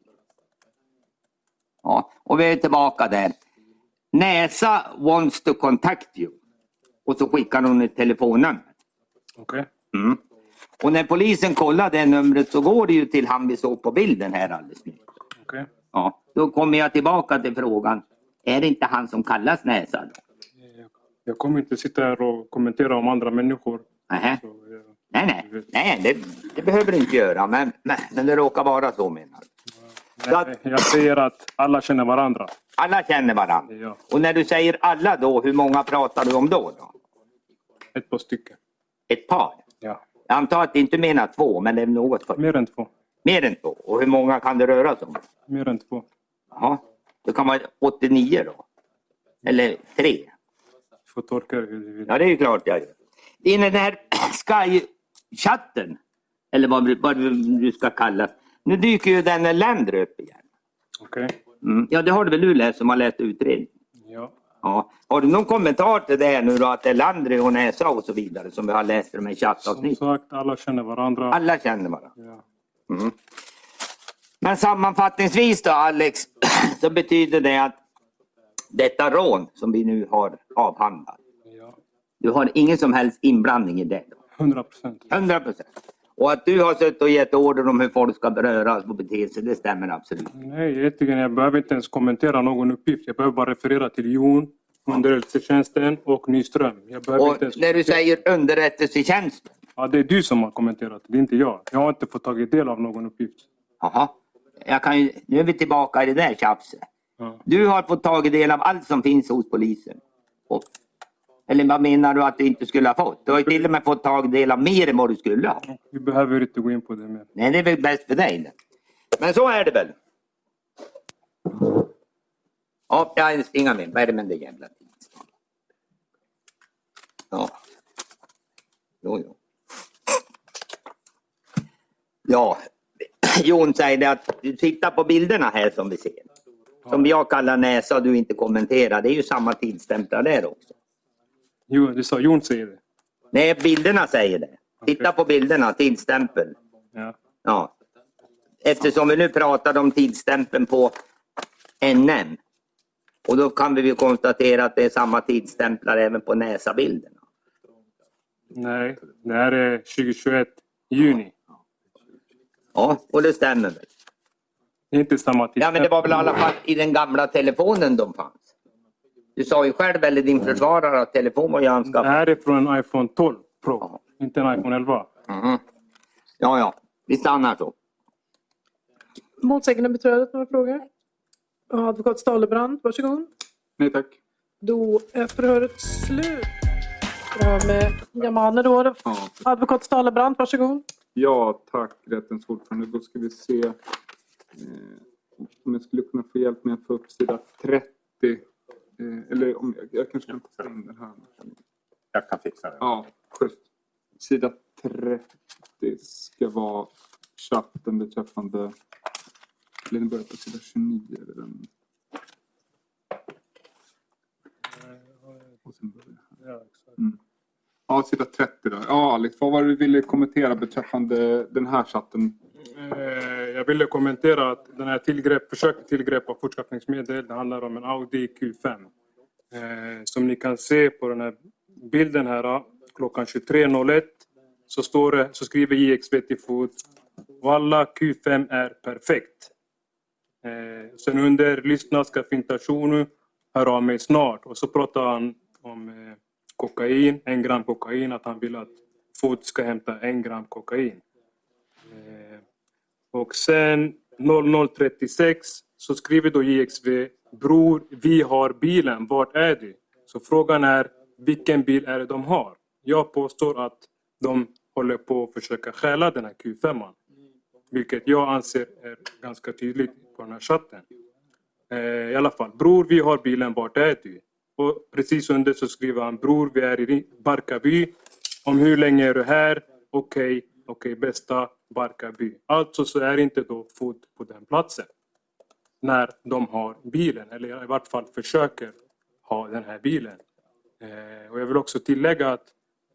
Ja, och vi är tillbaka där. Näsa wants to contact you. Och så skickar hon ett telefonnummer. Okej. Mm. Och när polisen kollar det numret så går det ju till han vi såg på bilden här alldeles nyss. Okej. Ja, då kommer jag tillbaka till frågan. Är det inte han som kallas Näsa då? Jag kommer inte sitta här och kommentera om andra människor. Nähä. Så, Nej, det behöver du inte göra. Men det råkar vara så, menar nej, jag säger att alla känner varandra. Alla känner varandra. Ja. Och när du säger alla då, hur många pratar du om då? Ett par stycken. Ett par? Ja. Jag antar att det inte menar 2, men det är något för. Mer än 2. Mer än 2. Och hur många kan det röra sig om? Mer än 2. Jaha. Det kan vara 89 då? Eller 3? Du får tolka hur du vill. Ja, det är ju klart jag gör. I den här Sky-chatten, eller vad du ska kalla. Nu dyker ju den länder upp igen. Okej. Mm. Ja, det har du väl du läst som har läst utredningen? Ja. Ja. Har du någon kommentar till det här nu då, att det är Landry och Näsa och så vidare som vi har läst i de här Som chattavsnitt? sagt, alla känner varandra. Alla känner varandra. Ja. Mm. Men sammanfattningsvis då, Alex, så betyder det att detta rån som vi nu har avhandlat, Ja. du har ingen som helst inblandning i det då? 100%. 100%. Och att du har suttit och gett order om hur folk ska beröras och bete sig, det stämmer absolut. Nej, egentligen jag behöver inte ens kommentera någon uppgift. Jag behöver bara referera till Jon, underrättelsetjänsten och Nyström. Jag behöver Och inte ens när du säger underrättelsetjänsten? Ja, det är du som har kommenterat. Det är inte jag. Jag har inte fått tagit del av någon uppgift. Jaha. Nu är vi tillbaka i det där tjafset. Ja. Du har fått tagit del av allt som finns hos polisen. Eller vad menar du att du inte skulle ha fått? Du har ju till och med fått tagit del av mer än vad du skulle ha. Vi behöver inte gå in på det mer. Nej, det är väl bäst för dig. Det. Men så är det väl. Ja, jag springer med. Vad är det med det jävla tillstånd? Ja. Jo. Ja, Jon säger det att du tittar på bilderna här som vi ser. Som jag kallar Näsa och du inte kommenterar. Det är ju samma tidsstämplar där också. Jo, det sa Jon säger det. Nej, bilderna säger det. Titta på bilderna, tidsstämpel. Ja. Ja. Eftersom vi nu pratade om tidsstämpeln på NM. Och då kan vi ju konstatera att det är samma tidsstämplar även på Näsa-bilderna. Nej, det här är 2021 juni. Ja, och det stämmer väl. Det är inte samma tid. Ja, men det var väl i alla fall i den gamla telefonen de fanns. Du sa ju själv, eller din försvarare, att telefon var ju Det anskaffad. här är från en iPhone 12 Pro. Ja. Inte en iPhone 11. Mhm. Ja. Vi stannar så. Målsägande beträdet, några frågor? Ja, advokat Stalebrand, varsågod. Nej tack. Då är förhöret slut. Det här med Jamane då. Ja. Advokat Stalebrand, varsågod. Ja tack rättens ordförande. Då ska vi se om jag skulle kunna få hjälp med att få upp sida 30. Eller om jag kanske kan ta in den här. Jag kan fixa det. Ja, schysst. Sida 30 ska vara chatten beträffande... Eller den börjar på sida 29. Eller den... Och sen börjar. Ja, exakt. Ja, sida 30 då. Ja, Alex, vad var det du ville kommentera beträffande den här chatten? Jag ville kommentera att den här försök till tillgrepp av fortskaffningsmedel, det handlar om en Audi Q5. Som ni kan se på den här bilden här, klockan 23.01 så skriver JXV till Food: Walla, Q5 är perfekt. Sen under lyssna ska finta Shunu, hör av mig snart. Och så pratar han om kokain, 1 gram kokain, att han vill att Food ska hämta 1 gram kokain. Och sen 00:36 så skriver då JXV: Bror, vi har bilen, vart är du? Så frågan är, vilken bil är det de har? Jag påstår att de håller på att försöka stjäla den här Q5. Vilket jag anser är ganska tydligt på den här chatten. I alla fall, bror, vi har bilen, vart är du? Och precis under så skriver han: Bror, vi är i Barkarby. Om hur länge är du här? Okej, bästa Barkarby. Alltså så är inte då Food på den platsen när de har bilen, eller i vart fall försöker ha den här bilen. Och jag vill också tillägga att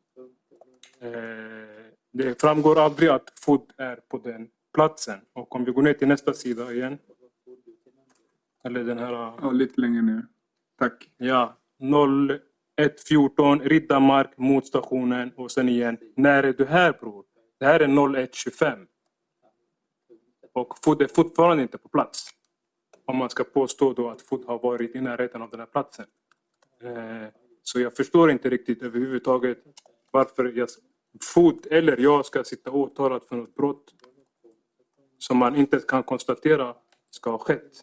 det framgår aldrig att Food är på den platsen. Och om vi går ner till nästa sida igen. Eller den här... Ja, lite längre ner. Tack. Ja, 01:14 Riddarmark mot stationen och sen igen. När är du här, bror? Det här är 01:25. Och Food är fortfarande inte på plats. Om man ska påstå då att Food har varit i närheten av den här platsen. Så jag förstår inte riktigt överhuvudtaget varför Food eller jag ska sitta åtalad för något brott som man inte kan konstatera ska ha skett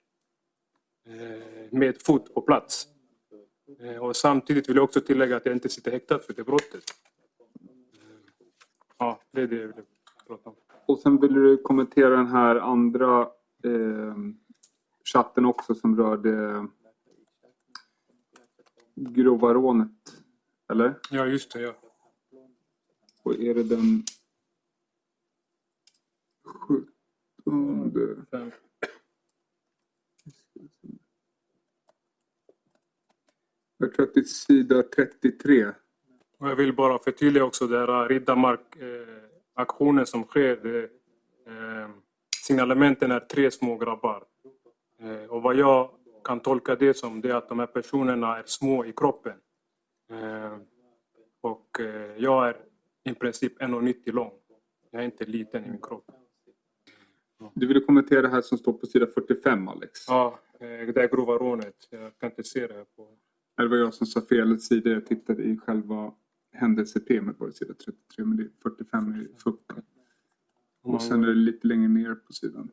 med Food på plats. Och samtidigt vill jag också tillägga att jag inte sitter häktad för det brottet. Ja, det är det jag vill prata om. Och sen vill du kommentera den här andra chatten också som rörde grova rånet, eller? Ja, just det, ja. Och är det den 17? Jag tror att det är sida 33. Och jag vill bara förtydliga också där Riddarmark-aktionen som sker. Signalementen är 3 små grabbar. Och vad jag kan tolka det som det är att de här personerna är små i kroppen. Och jag är i princip 1,90 lång. Jag är inte liten i min kropp. Du ville kommentera det här som står på sida 45, Alex? Ja, det är grova rånet. Jag kan inte se det här på... Det var jag som sa fel sida. Jag tittade i själva händelsetemat på sida 33. Men det är 45 i fuppen. Och sen är det lite längre ner på sidan.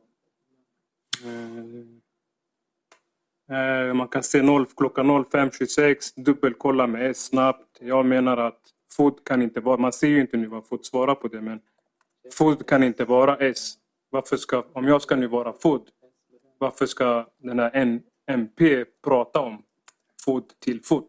Man kan se klockan 05:26. Dubbelkolla med S snabbt. Jag menar att Food kan inte vara... Man ser ju inte nu vad Food svarar på det. Men Food kan inte vara S. Om jag ska nu vara Food, varför ska den här MP prata om Food till Food?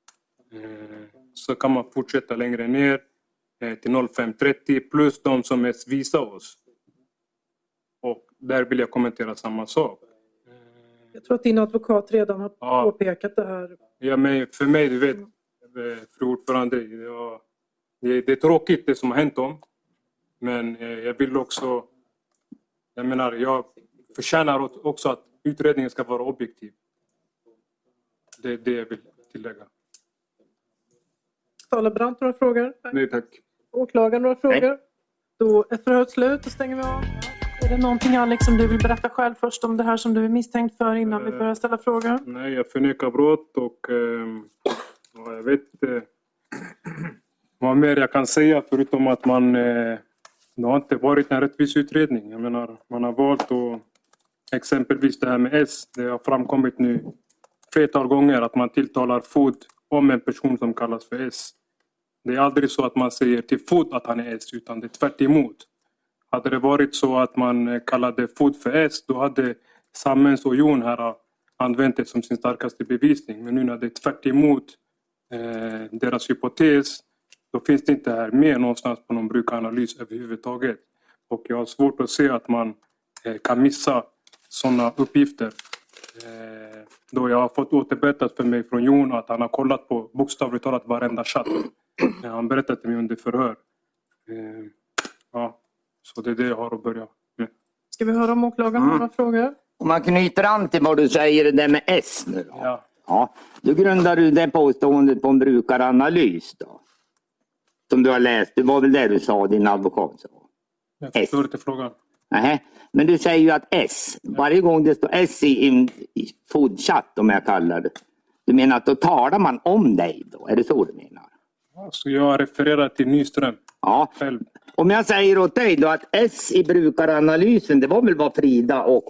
Så kan man fortsätta längre ner till 05:30 plus de som mest visar oss. Och där vill jag kommentera samma sak. Jag tror att din advokat redan har påpekat det här. Ja, men för mig, du vet, fru ordförande, det är tråkigt det som har hänt dem. Men jag vill också... Jag menar, jag förtjänar också att utredningen ska vara objektiv. Det är det jag vill tillägga. Stahlebrant, några frågor? Nej, tack. Åklagaren, några frågor? Nej. Då är förhöret slut och stänger vi av. Är det någonting, Alex, som du vill berätta själv först om det här som du är misstänkt för innan vi börjar ställa frågor? Nej, jag förnekar brott och jag vet inte vad mer jag kan säga förutom att det har inte varit en rättvis utredning. Jag menar, man har valt att exempelvis det här med S. Det har framkommit nu flertal gånger att man tilltalar Food om en person som kallas för S. Det är aldrig så att man säger till Food att han är S, utan det är tvärt emot. Hade det varit så att man kallade Food för S, då hade Sammens och Jon här använt det som sin starkaste bevisning. Men nu när det är tvärt emot deras hypotes, då finns det inte här med någonstans på någon brukanalys överhuvudtaget. Och jag har svårt att se att man kan missa sådana uppgifter Då jag har fått återberättat för mig från Jon att han har kollat på bokstavligt talat varenda chatt. Han berättade till mig under förhör. Ja, så det är det jag har att börja med. Ska vi höra om åklagaren har några frågor? Om man knyter an till vad du säger det med S nu då. Ja. Ja, då grundar du det påståendet på en brukaranalys då. Som du har läst. Det var väl det du sa, din advokat sa. Jag förstår inte frågan. Nej, men du säger ju att S, varje gång det står S i foodchatt om jag kallar det. Du menar att då talar man om dig då? Är det så du menar? Så jag refererar till Nyström. Ja. Själv. Om jag säger åt dig då att S i brukaranalysen, det var väl vad Frida och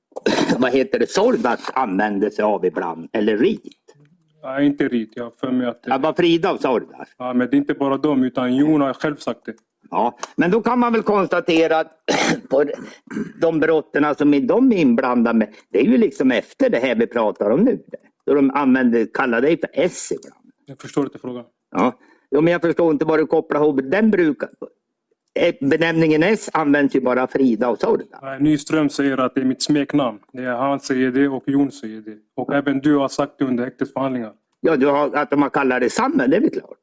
Sordas använde sig av ibland, eller Rit? Nej, inte Rit. Jag har för mig att... Ja, vad Frida och Sordas? Ja, men det är inte bara dem, utan Jon har själv sagt det. Ja, men då kan man väl konstatera att på de brotten som de är inblandade med, det är ju liksom efter det här vi pratar om nu. Då de kallar dig för S ibland. Jag förstår inte frågan. Ja, men jag förstår inte vad du kopplar ihop den brukar. Benämningen S används ju bara Frida och Sorda. Nej, Nyström säger att det är mitt smeknamn. Han säger det och Jon säger det. Och även du har sagt det under häktesförhandlingar. Ja, att de har kallat det samma, det är väl klart.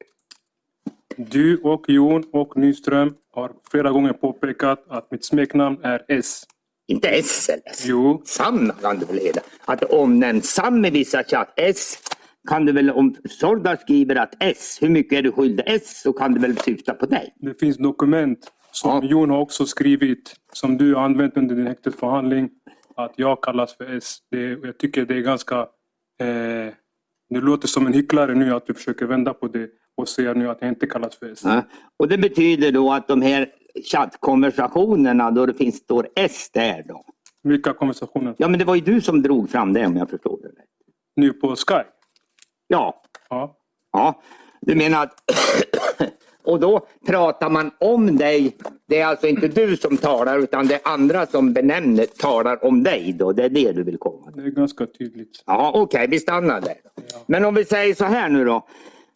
Du och Jon och Nyström har flera gånger påpekat att mitt smeknamn är S. Inte S eller S. Jo. Samma kan du väl heta. Att det omnämns samma i vissa chatt. S kan du väl, om Sorda skriver att S, hur mycket är du skyldig S, så kan du väl syfta på dig. Det finns dokument som Jon har också skrivit, som du har använt under din häktesförhandling, att jag kallas för S. Jag tycker det är ganska... det låter som en hycklare nu att du försöker vända på det och säga nu att jag inte kallas för S. Ja. Och det betyder då att de här chattkonversationerna då det står S där då. Vilka konversationer? Ja, men det var ju du som drog fram det om jag förstår det rätt. Nu på Sky? Ja. Ja. Ja, du menar att... och då pratar man om dig. Det är alltså inte du som talar utan det är andra som talar om dig då. Det är det du vill komma. Det är ganska tydligt. Ja, okej, vi stannar där. Ja. Men om vi säger så här nu då.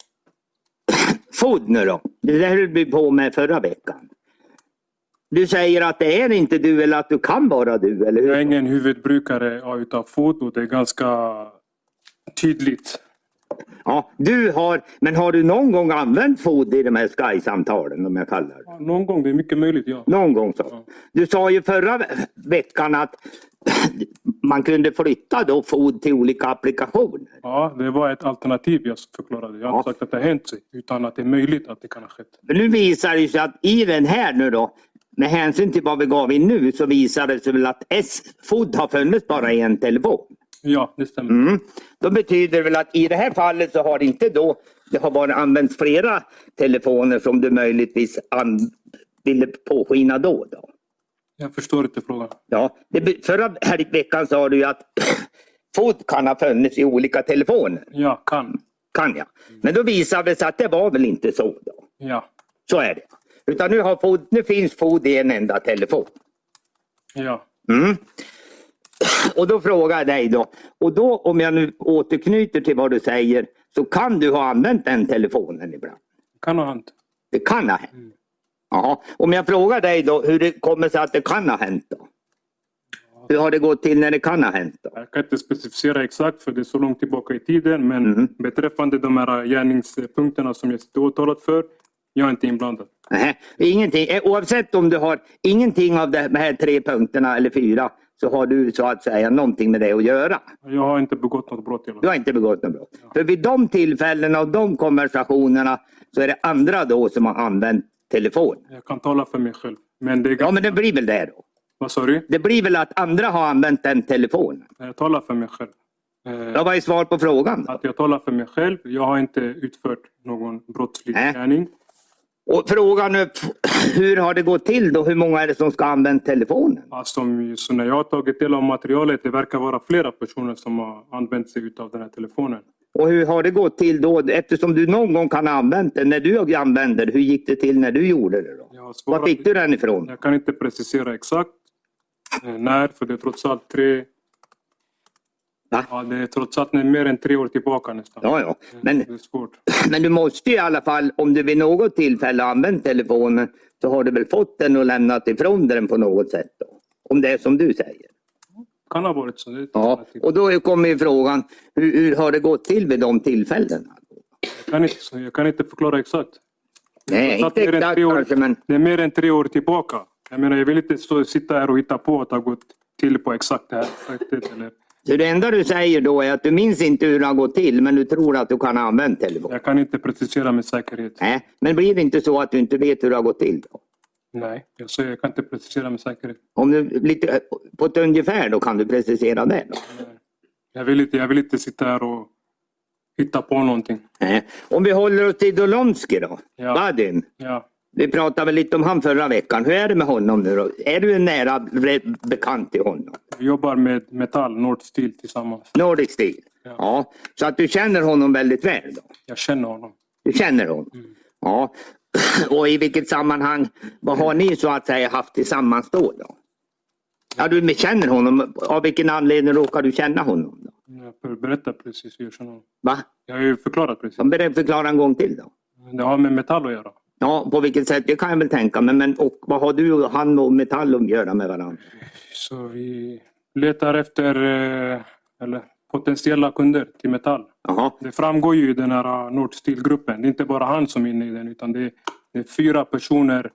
Food nu då. Det där höll vi på med förra veckan. Du säger att det är inte du eller att du kan vara du, eller hur? Jag är ingen huvudbrukare utav Food och det är ganska tydligt. Ja, men har du någon gång använt Food i de här Sky-samtalen om jag kallar det? Ja, någon gång, det är mycket möjligt, ja. Någon gång så. Ja. Du sa ju förra veckan att man kunde flytta då Food till olika applikationer. Ja, det var ett alternativ jag förklarade. Jag har inte sagt att det har hänt sig, utan att det är möjligt att det kan ha skett. Men nu visar det sig att i den här nu då, med hänsyn till vad vi gav in nu, så visar det sig väl att Food har funnits bara i en telefon. Ja, det stämmer. Då betyder det väl att i det här fallet så har det har bara använts flera telefoner som du möjligtvis ville påskina då. Jag förstår inte frågan. Ja, förra veckan sa du ju att Food kan ha funnits i olika telefoner. Ja, kan. Kan jag. Men då visar det sig att det var väl inte så då. Ja. Så är det. Utan nu finns Food i en enda telefon. Ja. Och då frågar jag dig då. Och då om jag nu återknyter till vad du säger. Så kan du ha använt den telefonen ibland? Kan ha hänt. Det kan ha hänt. Jaha. Om jag frågar dig då hur det kommer sig att det kan ha hänt då? Hur har det gått till när det kan ha hänt då? Jag kan inte specificera exakt för det är så långt tillbaka i tiden. Men beträffande de här gärningspunkterna som jag sitter åtalat för. Jag är inte inblandad. Nej, ingenting. Oavsett om du har ingenting av de här 3 punkterna eller 4. Så har du så att säga någonting med det att göra. Jag har inte begått något brott. Du har inte begått något brott. Ja. För vid de tillfällena och de konversationerna så är det andra då som har använt telefon. Jag kan tala för mig själv. Men det Ja, men det blir väl det då? Vad sa du? Det blir väl att andra har använt den telefonen? Jag talar för mig själv. Vad är svar på frågan då? Att jag talar för mig själv. Jag har inte utfört någon brottslig gärning. Och frågan är, hur har det gått till då? Hur många är det som ska använda telefonen? Alltså, så när jag har tagit del av materialet, det verkar vara flera personer som har använt sig av den här telefonen. Och hur har det gått till då? Eftersom du någon gång kan ha använt den, när du använder hur gick det till när du gjorde det då? Var fick du den ifrån? Jag kan inte precisera exakt när, för det är trots allt 3... Va? Ja, det är trots allt mer än 3 år tillbaka nästan. Ja. Men, det är svårt. Men du måste ju i alla fall, om du vid något tillfälle använt telefonen, så har du väl fått den och lämnat ifrån den på något sätt då? Om det är som du säger. kan ha varit så. Ja, och då kommer ju frågan, hur har det gått till vid de tillfällena? Jag kan inte förklara exakt. Nej, inte exakt kanske, men... Det är mer än 3 år tillbaka. Jag menar, jag vill inte sitta här och hitta på att det har gått till på exakt det här sättet. Eller... Så det enda du säger då är att du minns inte hur det har gått till, men du tror att du kan ha använt telefonen? Jag kan inte precisera med säkerhet. Nej, men blir det inte så att du inte vet hur det har gått till då? Nej, jag kan inte precisera med säkerhet. Om du lite på ett ungefär då kan du precisera det då? Nej. Jag vill inte sitta här och hitta på någonting. Nej. Om vi håller oss till Dolomski då? Ja. Vadim? Ja. Vi pratade väl lite om han förra veckan. Hur är det med honom nu då? Är du en nära bekant till honom? Vi jobbar med Metall, Nordic Steel tillsammans. Nordic Steel? Ja. Ja. Så att du känner honom väldigt väl då? Jag känner honom. Du känner honom? Ja. Och i vilket sammanhang, vad har ni så att säga haft tillsammans då? Ja, du känner honom. Av vilken anledning råkar du känna honom då? Jag berättar precis hur jag känner honom. Va? Jag har ju förklarat precis. Förklara en gång till då. Det har med Metall att göra. Ja, på vilket sätt? Det kan jag väl tänka mig. Men och vad har du och han och Metall att göra med varandra? Så vi letar efter potentiella kunder till Metall. Aha. Det framgår ju i den här Nordic Steel-gruppen. Det är inte bara han som är inne i den, utan det är 4 personer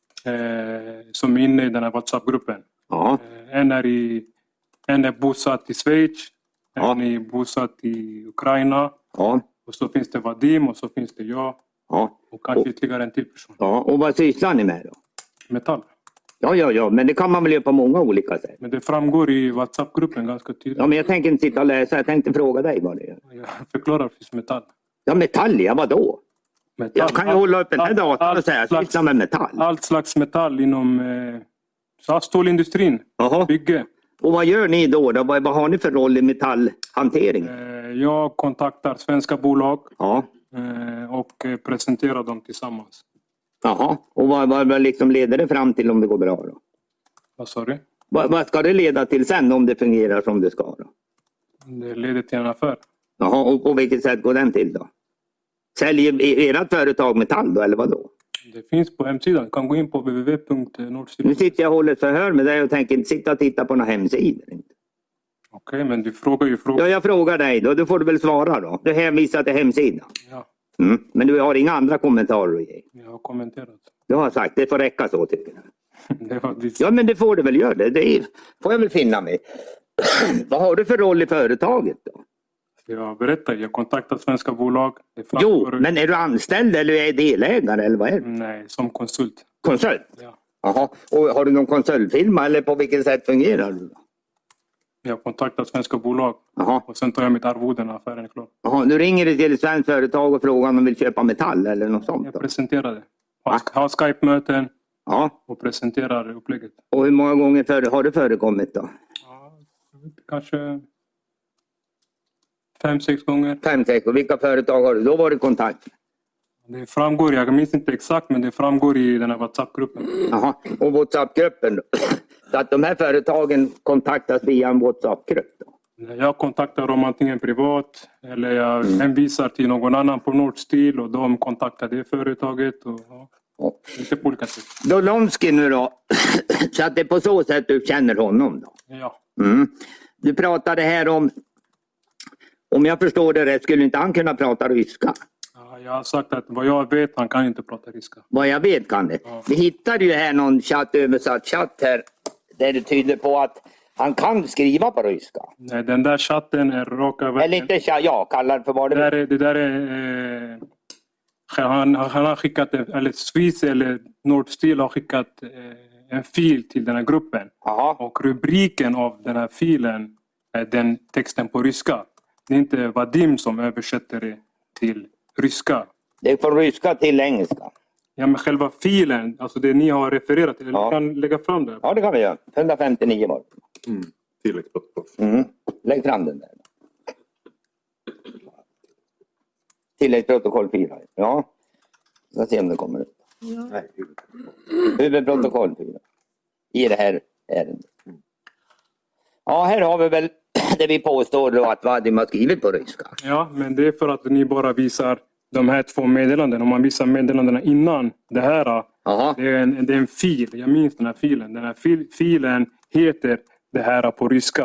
som är inne i den här WhatsApp-gruppen. En är bosatt i Schweiz, en är bosatt i Ukraina. Ja. Och så finns det Vadim och så finns det jag. Ja. Och kanske ytterligare en till person. Ja, och vad sysslar ni med då? Metall. Ja, men det kan man väl göra på många olika sätt. Men det framgår i WhatsApp-gruppen ganska tydligt. Ja, men jag tänker inte sitta och läsa. Jag tänkte fråga dig vad det är. Jag förklarar för Metall. Ja, metall, ja, vadå? Metall. Jag kan ju hålla upp den här datorn och säga att jag sysslar med metall. Allt slags metall inom stålindustrin. Jaha. Bygge. Och vad gör ni då? Vad har ni för roll i metallhantering? Jag kontaktar svenska bolag. Ja. Och presenterar dem tillsammans. Jaha, och vad liksom leder det fram till om det går bra då? Vad sa du? Vad ska det leda till sen om det fungerar som det ska då? Det leder till en affär. Jaha, och på vilket sätt går den till då? Säljer ert företag metall då, eller vad då? Det finns på hemsidan. Du kan gå in på www.nordsteel. Nu sitter jag och håller ett förhör med dig och tänker inte sitta och titta på några hemsidor. Okej, men du frågar ju frågor. Ja, jag frågar dig då. Du får du väl svara då. Du hänvisar till hemsidan. Ja. Men du har inga andra kommentarer att ge? Jag har kommenterat. Du har sagt, det får räcka så tycker jag. Det var ja, men det får du väl göra. Det får jag väl finna mig. Vad har du för roll i företaget då? Jag berättar, jag kontaktar svenska bolag. Jo, men är du anställd eller är delägare eller vad är du? Nej, som konsult. Konsult? Ja. Jaha, och har du någon konsultfirma eller på vilket sätt fungerar du då? Jag kontaktar svenska bolag. Aha. Och sen tar jag mitt arvode när affären är klar. Jaha, nu ringer du till ett svenskt företag och frågar om de vill köpa metall eller något sånt då? Jag presenterar det. Har Skype-möten och presenterar upplägget. Och hur många gånger har det förekommit då? Ja, kanske 5-6 gånger. 5-6, och vilka företag har du då varit i kontakt med? Det framgår, jag minns inte exakt, men det framgår i den här WhatsApp-gruppen. Jaha, och WhatsApp-gruppen då? Så att de här företagen kontaktas via en WhatsApp-grupp då? Jag kontaktar dem antingen privat eller jag hänvisar till någon annan på Nordic Steel och de kontaktar det företaget. Och lite på olika sätt. Dolomski nu då, så att det är på så sätt du känner honom då? Ja. Du pratade här om jag förstår det rätt, skulle inte han kunna prata ryska? Ja, jag har sagt att vad jag vet, han kan inte prata ryska. Vad jag vet kan det. Ja. Vi hittade ju här någon översatt chatt här där det tyder på att han kan skriva på ryska. Nej, den där chatten är raka vägen. Eller inte chatt, jag kallar det för vad det är. Det där är... Han har skickat, eller Swiss eller Nordic Steel har skickat en fil till den här gruppen. Aha. Och rubriken av den här filen är den texten på ryska. Det är inte Vadim som översätter det till ryska. Det är från ryska till engelska. Ja, men själva filen, alltså det ni har refererat till, ja. Kan lägga fram det. Ja, det kan vi göra. 159 var det. Tilläggsprotokoll. Lägg fram den där. Tilläggsprotokoll 4. Ja. Ska se om det kommer upp. Ja. Huvudprotokoll 4. I det här ärendet. Ja, här har vi väl det vi påstår då att Vadim har skrivit på ryska. Ja, men det är för att ni bara visar de här 2 meddelandena. Om man visar meddelandena innan det här. Det är en fil. Jag minns den här filen. Den här filen heter det här på ryska.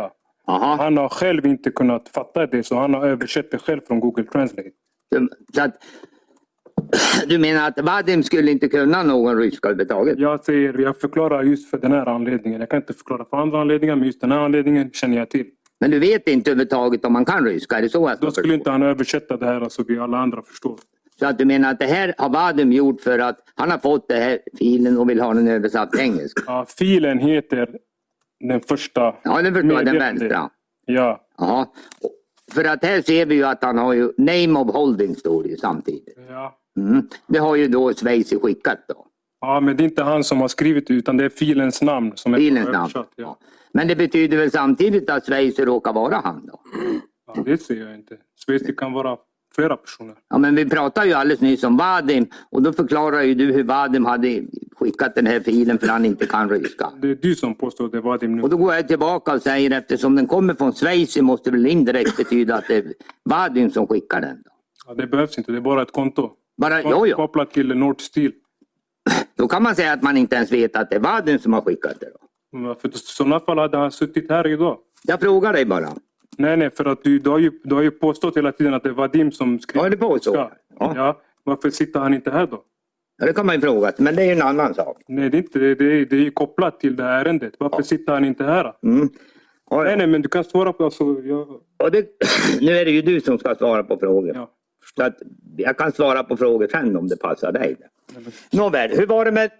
Aha. Han har själv inte kunnat fatta det, så han har översatt det själv från Google Translate. Så att, du menar att Vadim skulle inte kunna någon ryska överhuvudtaget? Jag förklarar just för den här anledningen. Jag kan inte förklara för andra anledningar, men just den här anledningen känner jag till. Men du vet inte överhuvudtaget om man kan ryska? Är det så att Då skulle inte han översätta det här så vi alla andra förstår. Så att du menar att det här har Vadim gjort för att han har fått den här filen och vill ha den översatt till engelska? Ja, filen heter den första. Ja, den förstår jag, den vänstra. Ja. Ja. För att här ser vi ju att han har ju name of holding står ju samtidigt. Ja. Det har ju då Schweiz skickat då. Ja, men det är inte han som har skrivit det, utan det är filens namn som är Filens namn. översatt. Ja. Men det betyder väl samtidigt att Schweiz råkar vara han då? Ja, det ser jag inte. Schweiz kan vara flera personer. Ja, men vi pratade ju alldeles nyss om Vadim och då förklarar ju du hur Vadim hade skickat den här filen för han inte kan ryska. Det är du som påstår det var Vadim nu. Och då går jag tillbaka och säger eftersom den kommer från Schweiz måste väl indirekt betyda att det är Vadim som skickar den då? Ja, det behövs inte, det är bara ett konto. Bara, jo. Kopplat till Nord Steel. Då kan man säga att man inte ens vet att det är Vadim som har skickat det då. För i sådana fall hade han suttit här idag. Jag frågar dig bara. Nej, för att du har ju påstått hela tiden att det var Vadim som skrev. Ja, det påstår. Ja. Ja. Varför sitter han inte här då? Ja, det kan man ju fråga, men det är ju en annan sak. Nej, det är inte det är ju kopplat till det här ärendet. Varför sitter han inte här? Ja, Nej, men du kan svara på... Alltså, nu är det ju du som ska svara på frågor. Ja. Så att jag kan svara på frågor sen om det passar dig. Nåväl, hur var det med...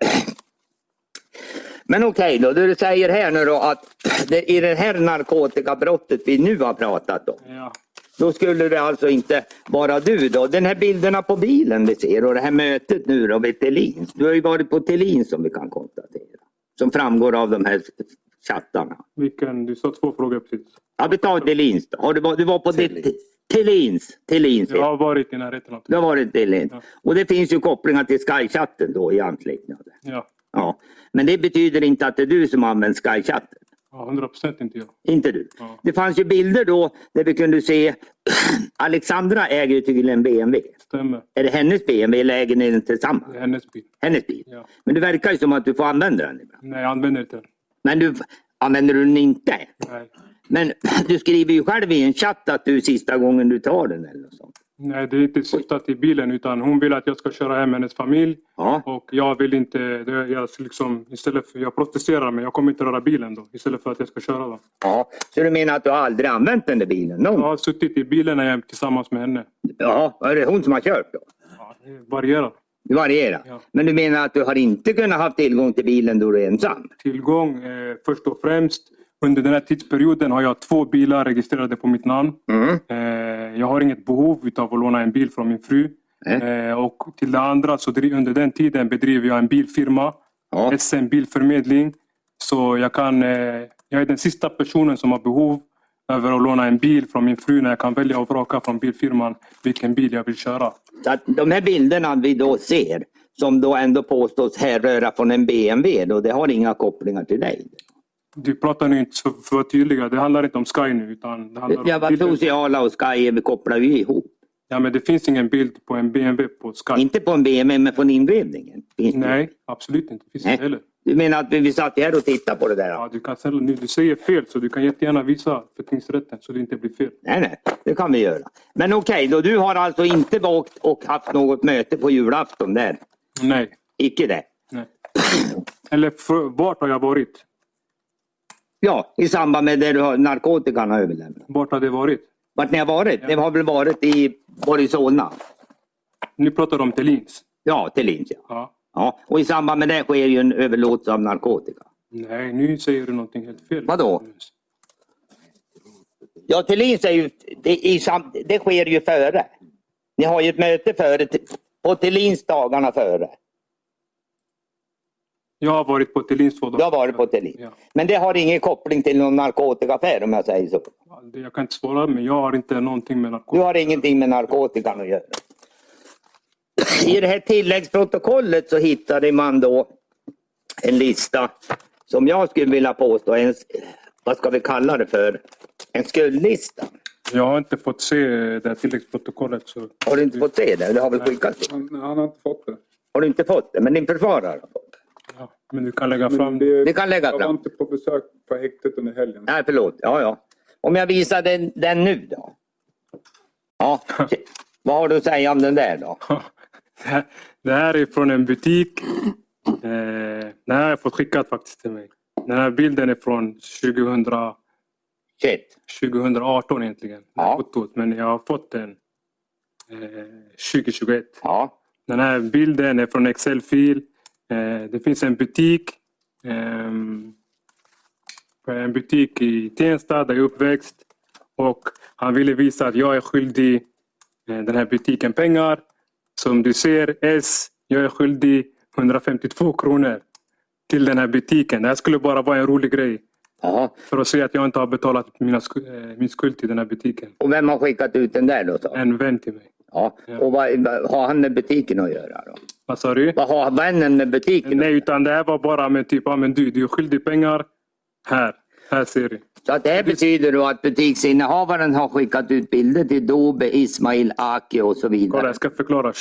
Men okej då, du säger här nu då att i det här narkotikabrottet vi nu har pratat om. Ja. Då skulle det alltså inte vara du då. Den här bilderna på bilen vi ser och det här mötet nu då vid Thelins. Du har ju varit på Thelins som vi kan konstatera. Som framgår av de här chattarna. Du sa 2 frågor precis. Ja, vi tar Thelins då. Du var på Thelins. Jag har varit i närheten av det. Du har varit Thelins. Ja. Och det finns ju kopplingar till Sky-chatten då i anslutning. Ja. Ja. Men det betyder inte att det är du som använder Sky-chatten. Ja, 100% inte jag. Inte du. Ja. Det fanns ju bilder då där vi kunde se Alexandra äger ju tydligen en BMW. Stämmer. Är det hennes BMW eller äger ni den tillsammans? Det är hennes bil. Hennes bil. Ja. Men det verkar ju som att du får använda den ibland. Nej, jag använder inte den. Men använder du den inte? Nej. Men du skriver ju själv i en chatt att du är sista gången du tar den eller något sånt. Nej, det är inte syftat till bilen utan hon vill att jag ska köra hem hennes familj. Ja. Och jag vill inte, jag protesterar men jag kommer inte röra bilen då istället för att jag ska köra den. Ja, så du menar att du aldrig använt den där bilen? Jag har suttit i bilen när jag är tillsammans med henne. Ja, är det hon som har kört då? Ja, det varierar. Det varierar? Ja. Men du menar att du har inte kunnat ha tillgång till bilen då du är ensam? Tillgång, först och främst. Under den här tidsperioden har jag 2 bilar registrerade på mitt namn. Jag har inget behov av att låna en bil från min fru. Och till det andra så under den tiden bedriver jag en bilfirma. Ja. SM Bilförmedling. Så jag är den sista personen som har behov över att låna en bil från min fru när jag kan välja och vraka från bilfirman vilken bil jag vill köra. Så att de här bilderna vi då ser som då ändå påstås härröra från en BMW då, det har inga kopplingar till dig? Du pratar nu inte för tydliga. Det handlar inte om Sky nu. Utan det handlar om sociala och Sky vi kopplar ju ihop. Ja, men det finns ingen bild på en BMW på Sky. Inte på en BMW men från inredningen? Nej, absolut inte. Det finns inte heller. Du menar att vi satt här och tittade på det där? Ja, du säger fel så du kan jättegärna visa för tingsrätten så det inte blir fel. Nej, det kan vi göra. Men okej, då du har alltså inte åkt och haft något möte på julafton där? Nej. Icke det? Nej. Eller vart har jag varit? Ja, i samband med det du har narkotikan har överlämnat. Vart har det varit? Vart ni har varit? Ja. Det har väl varit i Borisona? Nu pratar du om Thelins. Ja, Thelins ja. Och i samband med det sker ju en överlåtelse av narkotika. Nej, nu säger du någonting helt fel. Vadå? Ja, Thelins är ju, det sker ju före. Ni har ju ett möte före, på Thelins dagarna före. Jag har varit på Thelins 2 dagar. Du har varit på Thelins. Ja. Men det har ingen koppling till någon narkotikaaffär om jag säger så. Jag kan inte svara men jag har inte någonting med narkotika. Du har ingenting med narkotikan att göra. I det här tilläggsprotokollet så hittade man då en lista som jag skulle vilja påstå vad ska vi kalla det för? En skuldlista. Jag har inte fått se det här tilläggsprotokollet. Så... Har du inte fått se det? Det har väl skickats? Han har inte fått det. Har du inte fått det? Men din försvarare har fått det. Ja, men du kan lägga fram det. Vi kan lägga jag fram. var inte på besök på häktet under helgen. Nej, förlåt. Ja. Om jag visar den nu då? Ja, vad har du att säga om den där då? Det här är från en butik. Den här har jag fått skickat faktiskt till mig. Den här bilden är från 2018 egentligen. Ja. Men jag har fått den 2021. Ja. Den här bilden är från Excel-fil. Det finns en butik. En butik i Tensta där jag är uppväxt. Och han ville visa att jag är skyldig den här butiken pengar. Som du ser, jag är skyldig 152 kronor till den här butiken. Det här skulle bara vara en rolig grej. Ja. För att se att jag inte har betalat min skuld till den här butiken. Och vem har skickat ut den där då? Så? En vän till mig. Ja. Och vad har han med butiken att göra då? Vad sa du? Vad har vännen med butiken? Nej, utan det här var bara med typ, men du är skyldig pengar. Här ser du. Så att det här betyder då att butiksinnehavaren har skickat ut bilder till Dobe, Ismail, Aki och så vidare. Kolla, jag ska förklara.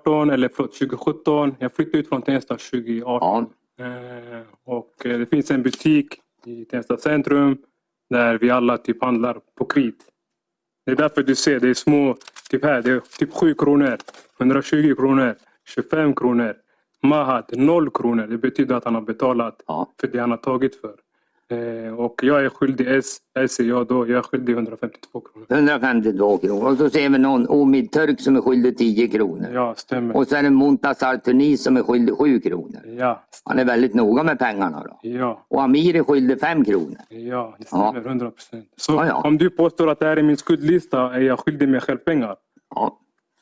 2017. Jag flyttade ut från Tensta 2018. Ja. Och det finns en butik i Tensta centrum där vi alla typ handlar på kredit. Det är därför du ser, det är små, typ här, det är typ 7 kronor, 120 kronor, 25 kronor. Mahad, 0 kronor. Det betyder att han har betalat för det han har tagit för. Och jag är skyldig jag är skyldig 152 kronor. 152 kronor. Och så ser vi någon Omid Turk som är skyldig 10 kronor. Ja, stämmer. Och sen är det Montasar Tunis som är skyldig 7 kronor. Ja. Han är väldigt noga med pengarna då. Ja. Och Amir är skyldig 5 kronor. Ja, det stämmer 100%. Så Ja. om du påstår att det här är min skuldlista är jag skyldig mig själv pengar. Ja.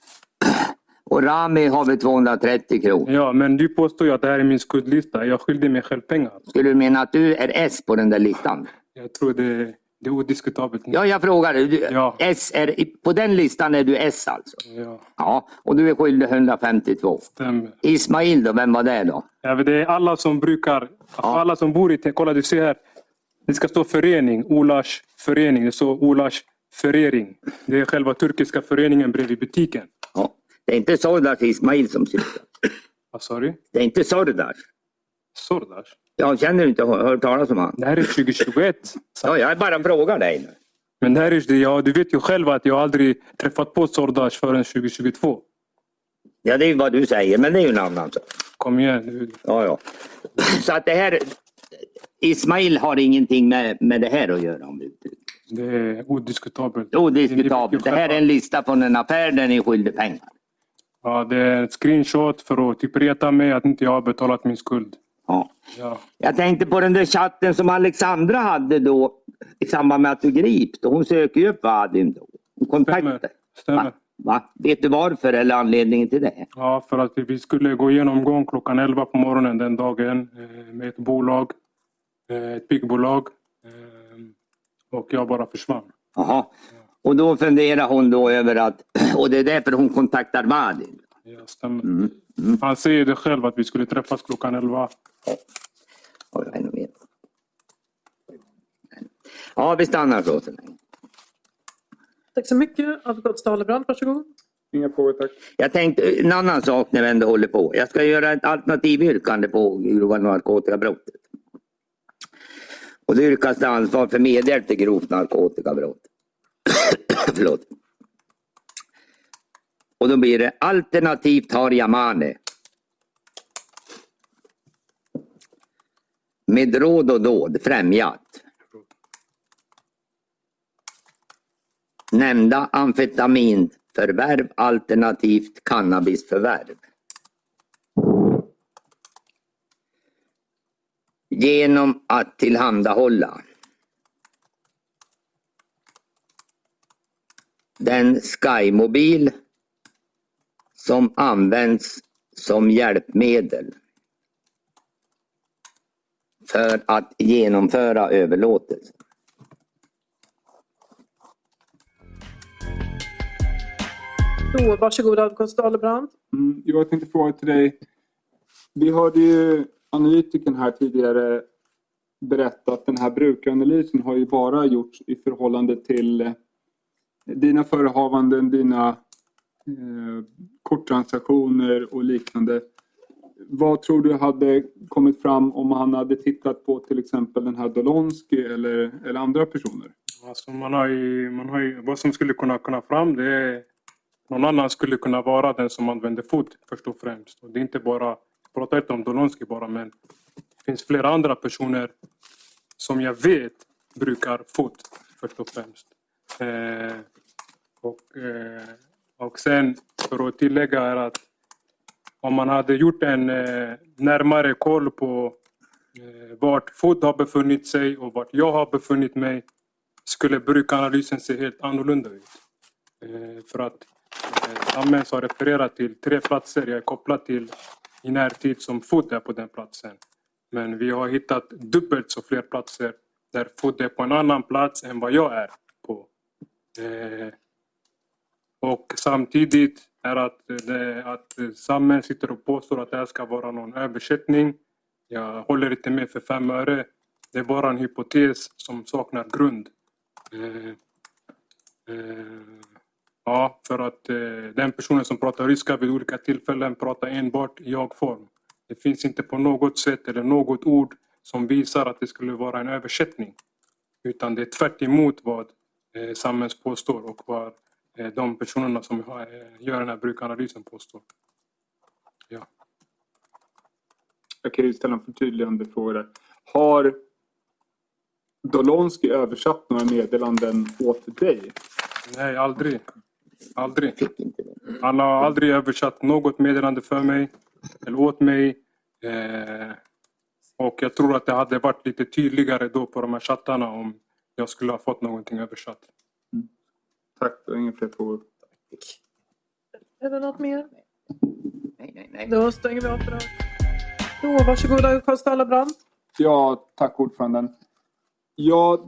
Och Rami har vi 230 kronor. Ja, men du påstår ju att det här är min skuldlista. Är jag skyldig mig själv pengar? Skulle du mena att du är S på den där listan? Jag tror det är odiskutabelt. Ja, jag frågar dig. Ja. På den listan är du S alltså? Ja, Ja, och du är skyldig 152. stämmer. Ismail då, vem var det då? Ja, det är alla som brukar, alla som bor i, kolla du ser här. Det ska stå förening, Olash förening. Det står Olash förening. Det är själva turkiska föreningen bredvid butiken. Ja. Det är inte Sordars Ismail som sitter. Vad sa du? Det är inte Sordars. Sordars? Jag känner du inte hört talas om han? Det här är 2021. Ja, jag bara frågar dig nu. Men det här är det, du vet ju själv att jag aldrig träffat på Sordars förrän 2022. Ja, det är vad du säger, men det är ju en annan sak. Kom igen. Ja. Så att det här, Ismail har ingenting med det här att göra om uttryck. Det är odiskutabelt. Odiskutabelt. Det här är en lista från en affär där ni skyllde pengar. Ja, det är en screenshot för att typ reta mig att inte jag har betalat min skuld. Ja. Ja. Jag tänkte på den där chatten som Alexandra hade då i samband med att du grips. Hon söker ju upp Vadim då. Hon kontaktade. Stämmer. Va? Vet du varför eller anledningen till det? Ja, för att vi skulle gå igenom gång klockan 11 på morgonen den dagen med ett bolag, ett byggbolag. Och jag bara försvann. Jaha. Och då funderar hon då över att, och det är därför hon kontaktar Vadim. Ja, stämmer. Han säger det själv att vi skulle träffas klockan 11. Ja, vi stannar så länge. Tack så mycket. Advokat Stahlebrand, varsågod. Inga frågor, tack. Jag tänkte en annan sak när vi ändå håller på. Jag ska göra ett alternativyrkande på grova narkotikabrottet. Och det yrkas det ansvar för medhjälp till grovt narkotikabrott. Förlåt. Och då blir det alternativt har Yamane. Med råd och dåd främjat. Nämnda amfetaminförvärv alternativt cannabisförvärv. Genom att tillhandahålla den Skymobil som används som hjälpmedel för att genomföra överlåtelsen. Då, varsågod advokat Stahlebrand. Jag tänkte fråga till dig. Vi hörde ju analytikern här tidigare berätta att den här brukaranalysen har ju bara gjorts i förhållande till dina förehavanden, dina korttransaktioner och liknande. Vad tror du hade kommit fram om han hade tittat på till exempel den här Dolonsky eller andra personer? Alltså man har ju vad som skulle kunna fram, det är någon annan skulle kunna vara den som använder fot först och främst. Och det är inte bara, jag pratar inte om Dolonski bara, men det finns flera andra personer som jag vet brukar fot först och främst. Och sen för att tillägga är att om man hade gjort en närmare koll på vart fot har befunnit sig och vart jag har befunnit mig, skulle brukanalysen se helt annorlunda ut. För att Sammens har refererat till 3 platser jag är kopplad till i närtid som fot är på den platsen. Men vi har hittat dubbelt så fler platser där fot är på en annan plats än vad jag är på. Och samtidigt är att Sammen sitter och påstår att det här ska vara någon översättning. Jag håller inte med för 5 öre. Det är bara en hypotes som saknar grund. Ja, för att den personen som pratar ryska vid olika tillfällen pratar enbart i jag-form. Det finns inte på något sätt eller något ord som visar att det skulle vara en översättning. Utan det är tvärt emot vad Sammens påstår och vad de personerna som gör den här brukanalysen påstår. Ja. Jag kan ju ställa en förtydligande fråga där. Har Dolonski översatt några meddelanden åt dig? Nej, aldrig. Han har aldrig översatt något meddelande för mig eller åt mig. Och jag tror att det hade varit lite tydligare då på de här chattarna om jag skulle ha fått någonting översatt. Tack, det är ingen fler frågor. Är det något mer? Nej. Då stänger vi av för det. Då, varsågoda Carl Stallerbrand. Ja, tack ordföranden. Ja,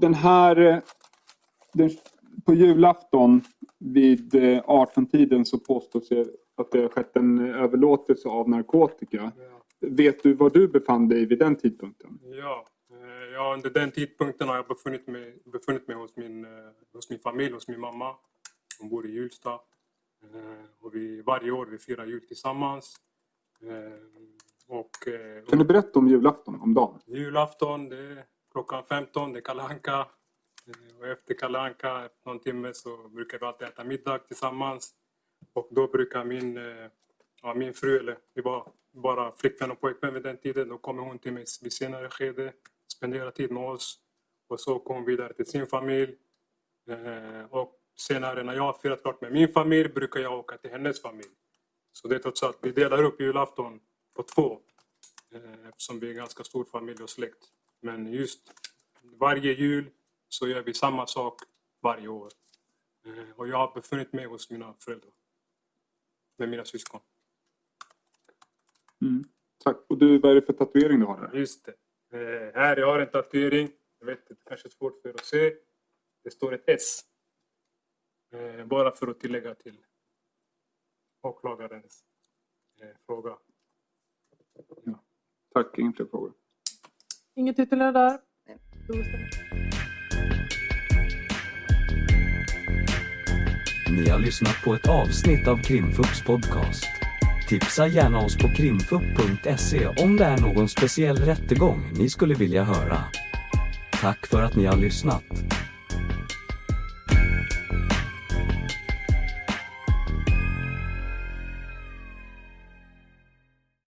på julafton vid 18-tiden så påstås det att det har skett en överlåtelse av narkotika. Ja. Vet du var du befann dig vid den tidpunkten? Ja, under den tidpunkten har jag befunnit mig hos min familj, hos min mamma. Hon bor i Hjulsta. Och varje år vi firar jul tillsammans. Kan du berätta om julafton, om dagen? Julafton, det är klockan 15, det är Kalle Anka. Och efter Kalle Anka, efter någon timme så brukar vi alltid äta middag tillsammans. Och då brukar min fru, eller vi var bara flickvän och pojkvän vid den tiden, då kommer hon till mig vid senare skede, spenderar tid med oss. Och så kommer hon vidare till sin familj. Och senare när jag har firat klart med min familj brukar jag åka till hennes familj. Så det är trots allt, vi delar upp julafton på 2. Eftersom vi är en ganska stor familj och släkt. Men just varje jul så gör vi samma sak varje år. Och jag har befunnit mig hos mina föräldrar. Med mina syskon. Tack. Och vad är det för tatuering du har här? Just det. Här jag har en tatuering. Jag vet, det kanske är svårt för er att se. Det står ett S. Bara för att tillägga till åklagarens fråga. Ja. Tack, ingen fler frågor. Inget ytterligare där. Ni har lyssnat på ett avsnitt av Krimfupps podcast. Tipsa gärna oss på krimfupp.se om det är någon speciell rättegång ni skulle vilja höra. Tack för att ni har lyssnat.